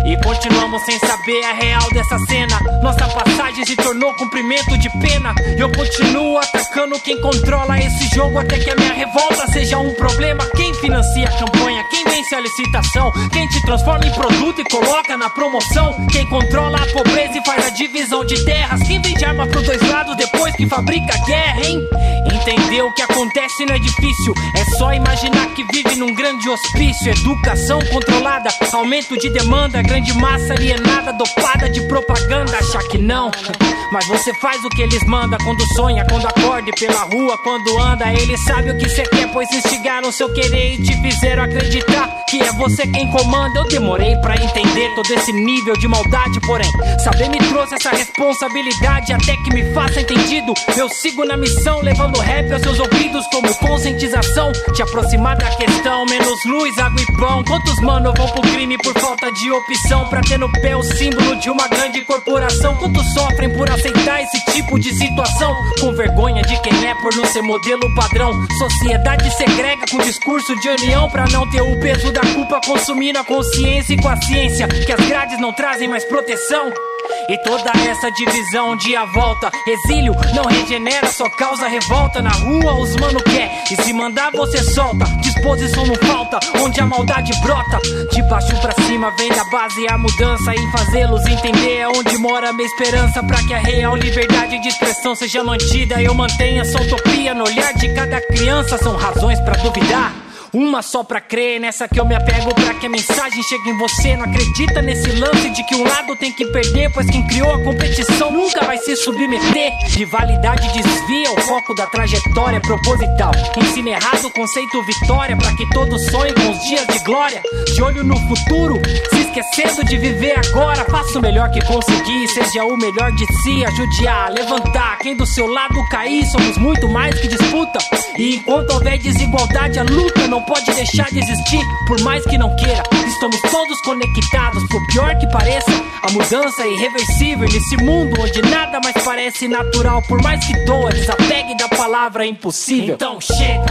E continuamos sem saber a real dessa cena. Nossa passagem se tornou cumprimento de pena. E eu continuo atacando quem controla esse jogo até que a minha revolta seja um problema. Quem financia a campanha? Quem vence a licitação? Quem te transforma em produto e coloca na promoção? Quem controla a pobreza e faz a divisão de terras? Quem vende arma pros dois lados depois que fabrica guerra, hein? Entender o que acontece não é difícil, é só imaginar que vive num grande hospício. Educação controlada, aumento de demanda, grande massa alienada, dopada de propaganda. Achar que não, mas você faz o que eles mandam. Quando sonha, quando acorda e pela rua, quando anda. Eles sabem o que cê quer, pois instigaram seu querer e te fizeram acreditar que é você quem comanda. Eu demorei pra entender todo esse nível de maldade, porém saber me trouxe essa responsabilidade até que me faça entendido. Eu sigo na missão, levando rap aos seus ouvidos como conscientização. Te aproximar da questão, menos luz, água e pão. Quantos mano vão pro crime por falta de opção, pra ter no pé o símbolo de uma grande corporação? Quantos sofrem por aceitar esse tipo de situação, com vergonha de quem é por não ser modelo padrão? Sociedade segrega com discurso de união, pra não ter o peso da culpa, consumindo a consciência e com a ciência que as grades não trazem mais proteção. E toda essa divisão de a volta, exílio não regenera, só causa revolta. Na rua os mano quer, e se mandar você solta. Disposição não falta, onde a maldade brota. De baixo pra cima vem da base a mudança, e fazê-los entender onde mora a minha esperança, pra que a real liberdade de expressão seja mantida. Eu mantenho essa utopia no olhar de cada criança. São razões pra duvidar, uma só pra crer, nessa que eu me apego pra que a mensagem chegue em você. Não acredita nesse lance de que um lado tem que perder, pois quem criou a competição nunca vai se submeter. Rivalidade desvia o foco da trajetória proposital. Ensina errado o conceito vitória, pra que todos sonhem com os dias de glória. De olho no futuro, se esquecendo de viver agora. Faça o melhor que conseguir, seja o melhor de si. Ajude a levantar quem do seu lado cair. Somos muito mais que disputa, e enquanto houver desigualdade a luta não pode deixar de existir, por mais que não queira. Estamos todos conectados, por pior que pareça. A mudança é irreversível nesse mundo onde nada mais parece natural. Por mais que doa, desapegue da palavra impossível. Então chega,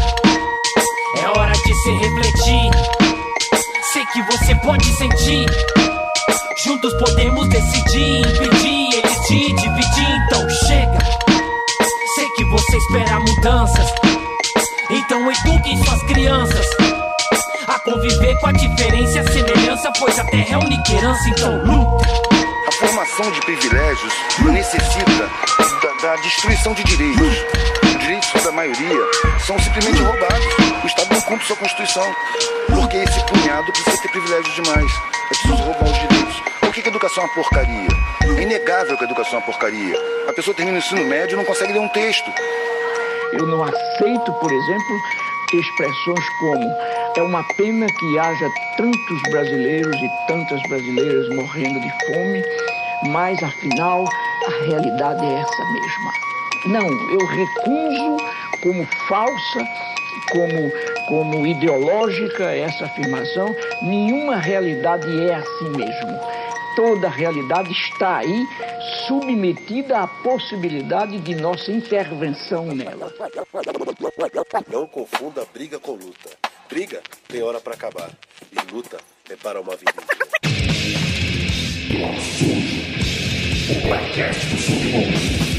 é hora de se refletir. Sei que você pode sentir, juntos podemos decidir, impedir eles de dividir. Então chega, sei que você espera mudanças, então eduquem suas crianças a conviver com a diferença e a semelhança, pois a terra é a única herança, então luta. A formação de privilégios necessita da, da destruição de direitos. Os direitos da maioria são simplesmente roubados. O Estado não cumpre sua Constituição, porque esse punhado precisa ter privilégios demais. É preciso roubar os direitos. Por que que a educação é uma porcaria? É inegável que a educação é uma porcaria. A pessoa termina o ensino médio e não consegue ler um texto. Eu não aceito, por exemplo, expressões como é uma pena que haja tantos brasileiros e tantas brasileiras morrendo de fome, mas afinal a realidade é essa mesma. Não, eu recuso como falsa, como, como ideológica essa afirmação. Nenhuma realidade é assim mesmo. Toda a realidade está aí, submetida à possibilidade de nossa intervenção nela. Não confunda briga com luta. Briga tem hora para acabar, e luta é para uma vida inteira. Do Sujo, o podcast do submundo.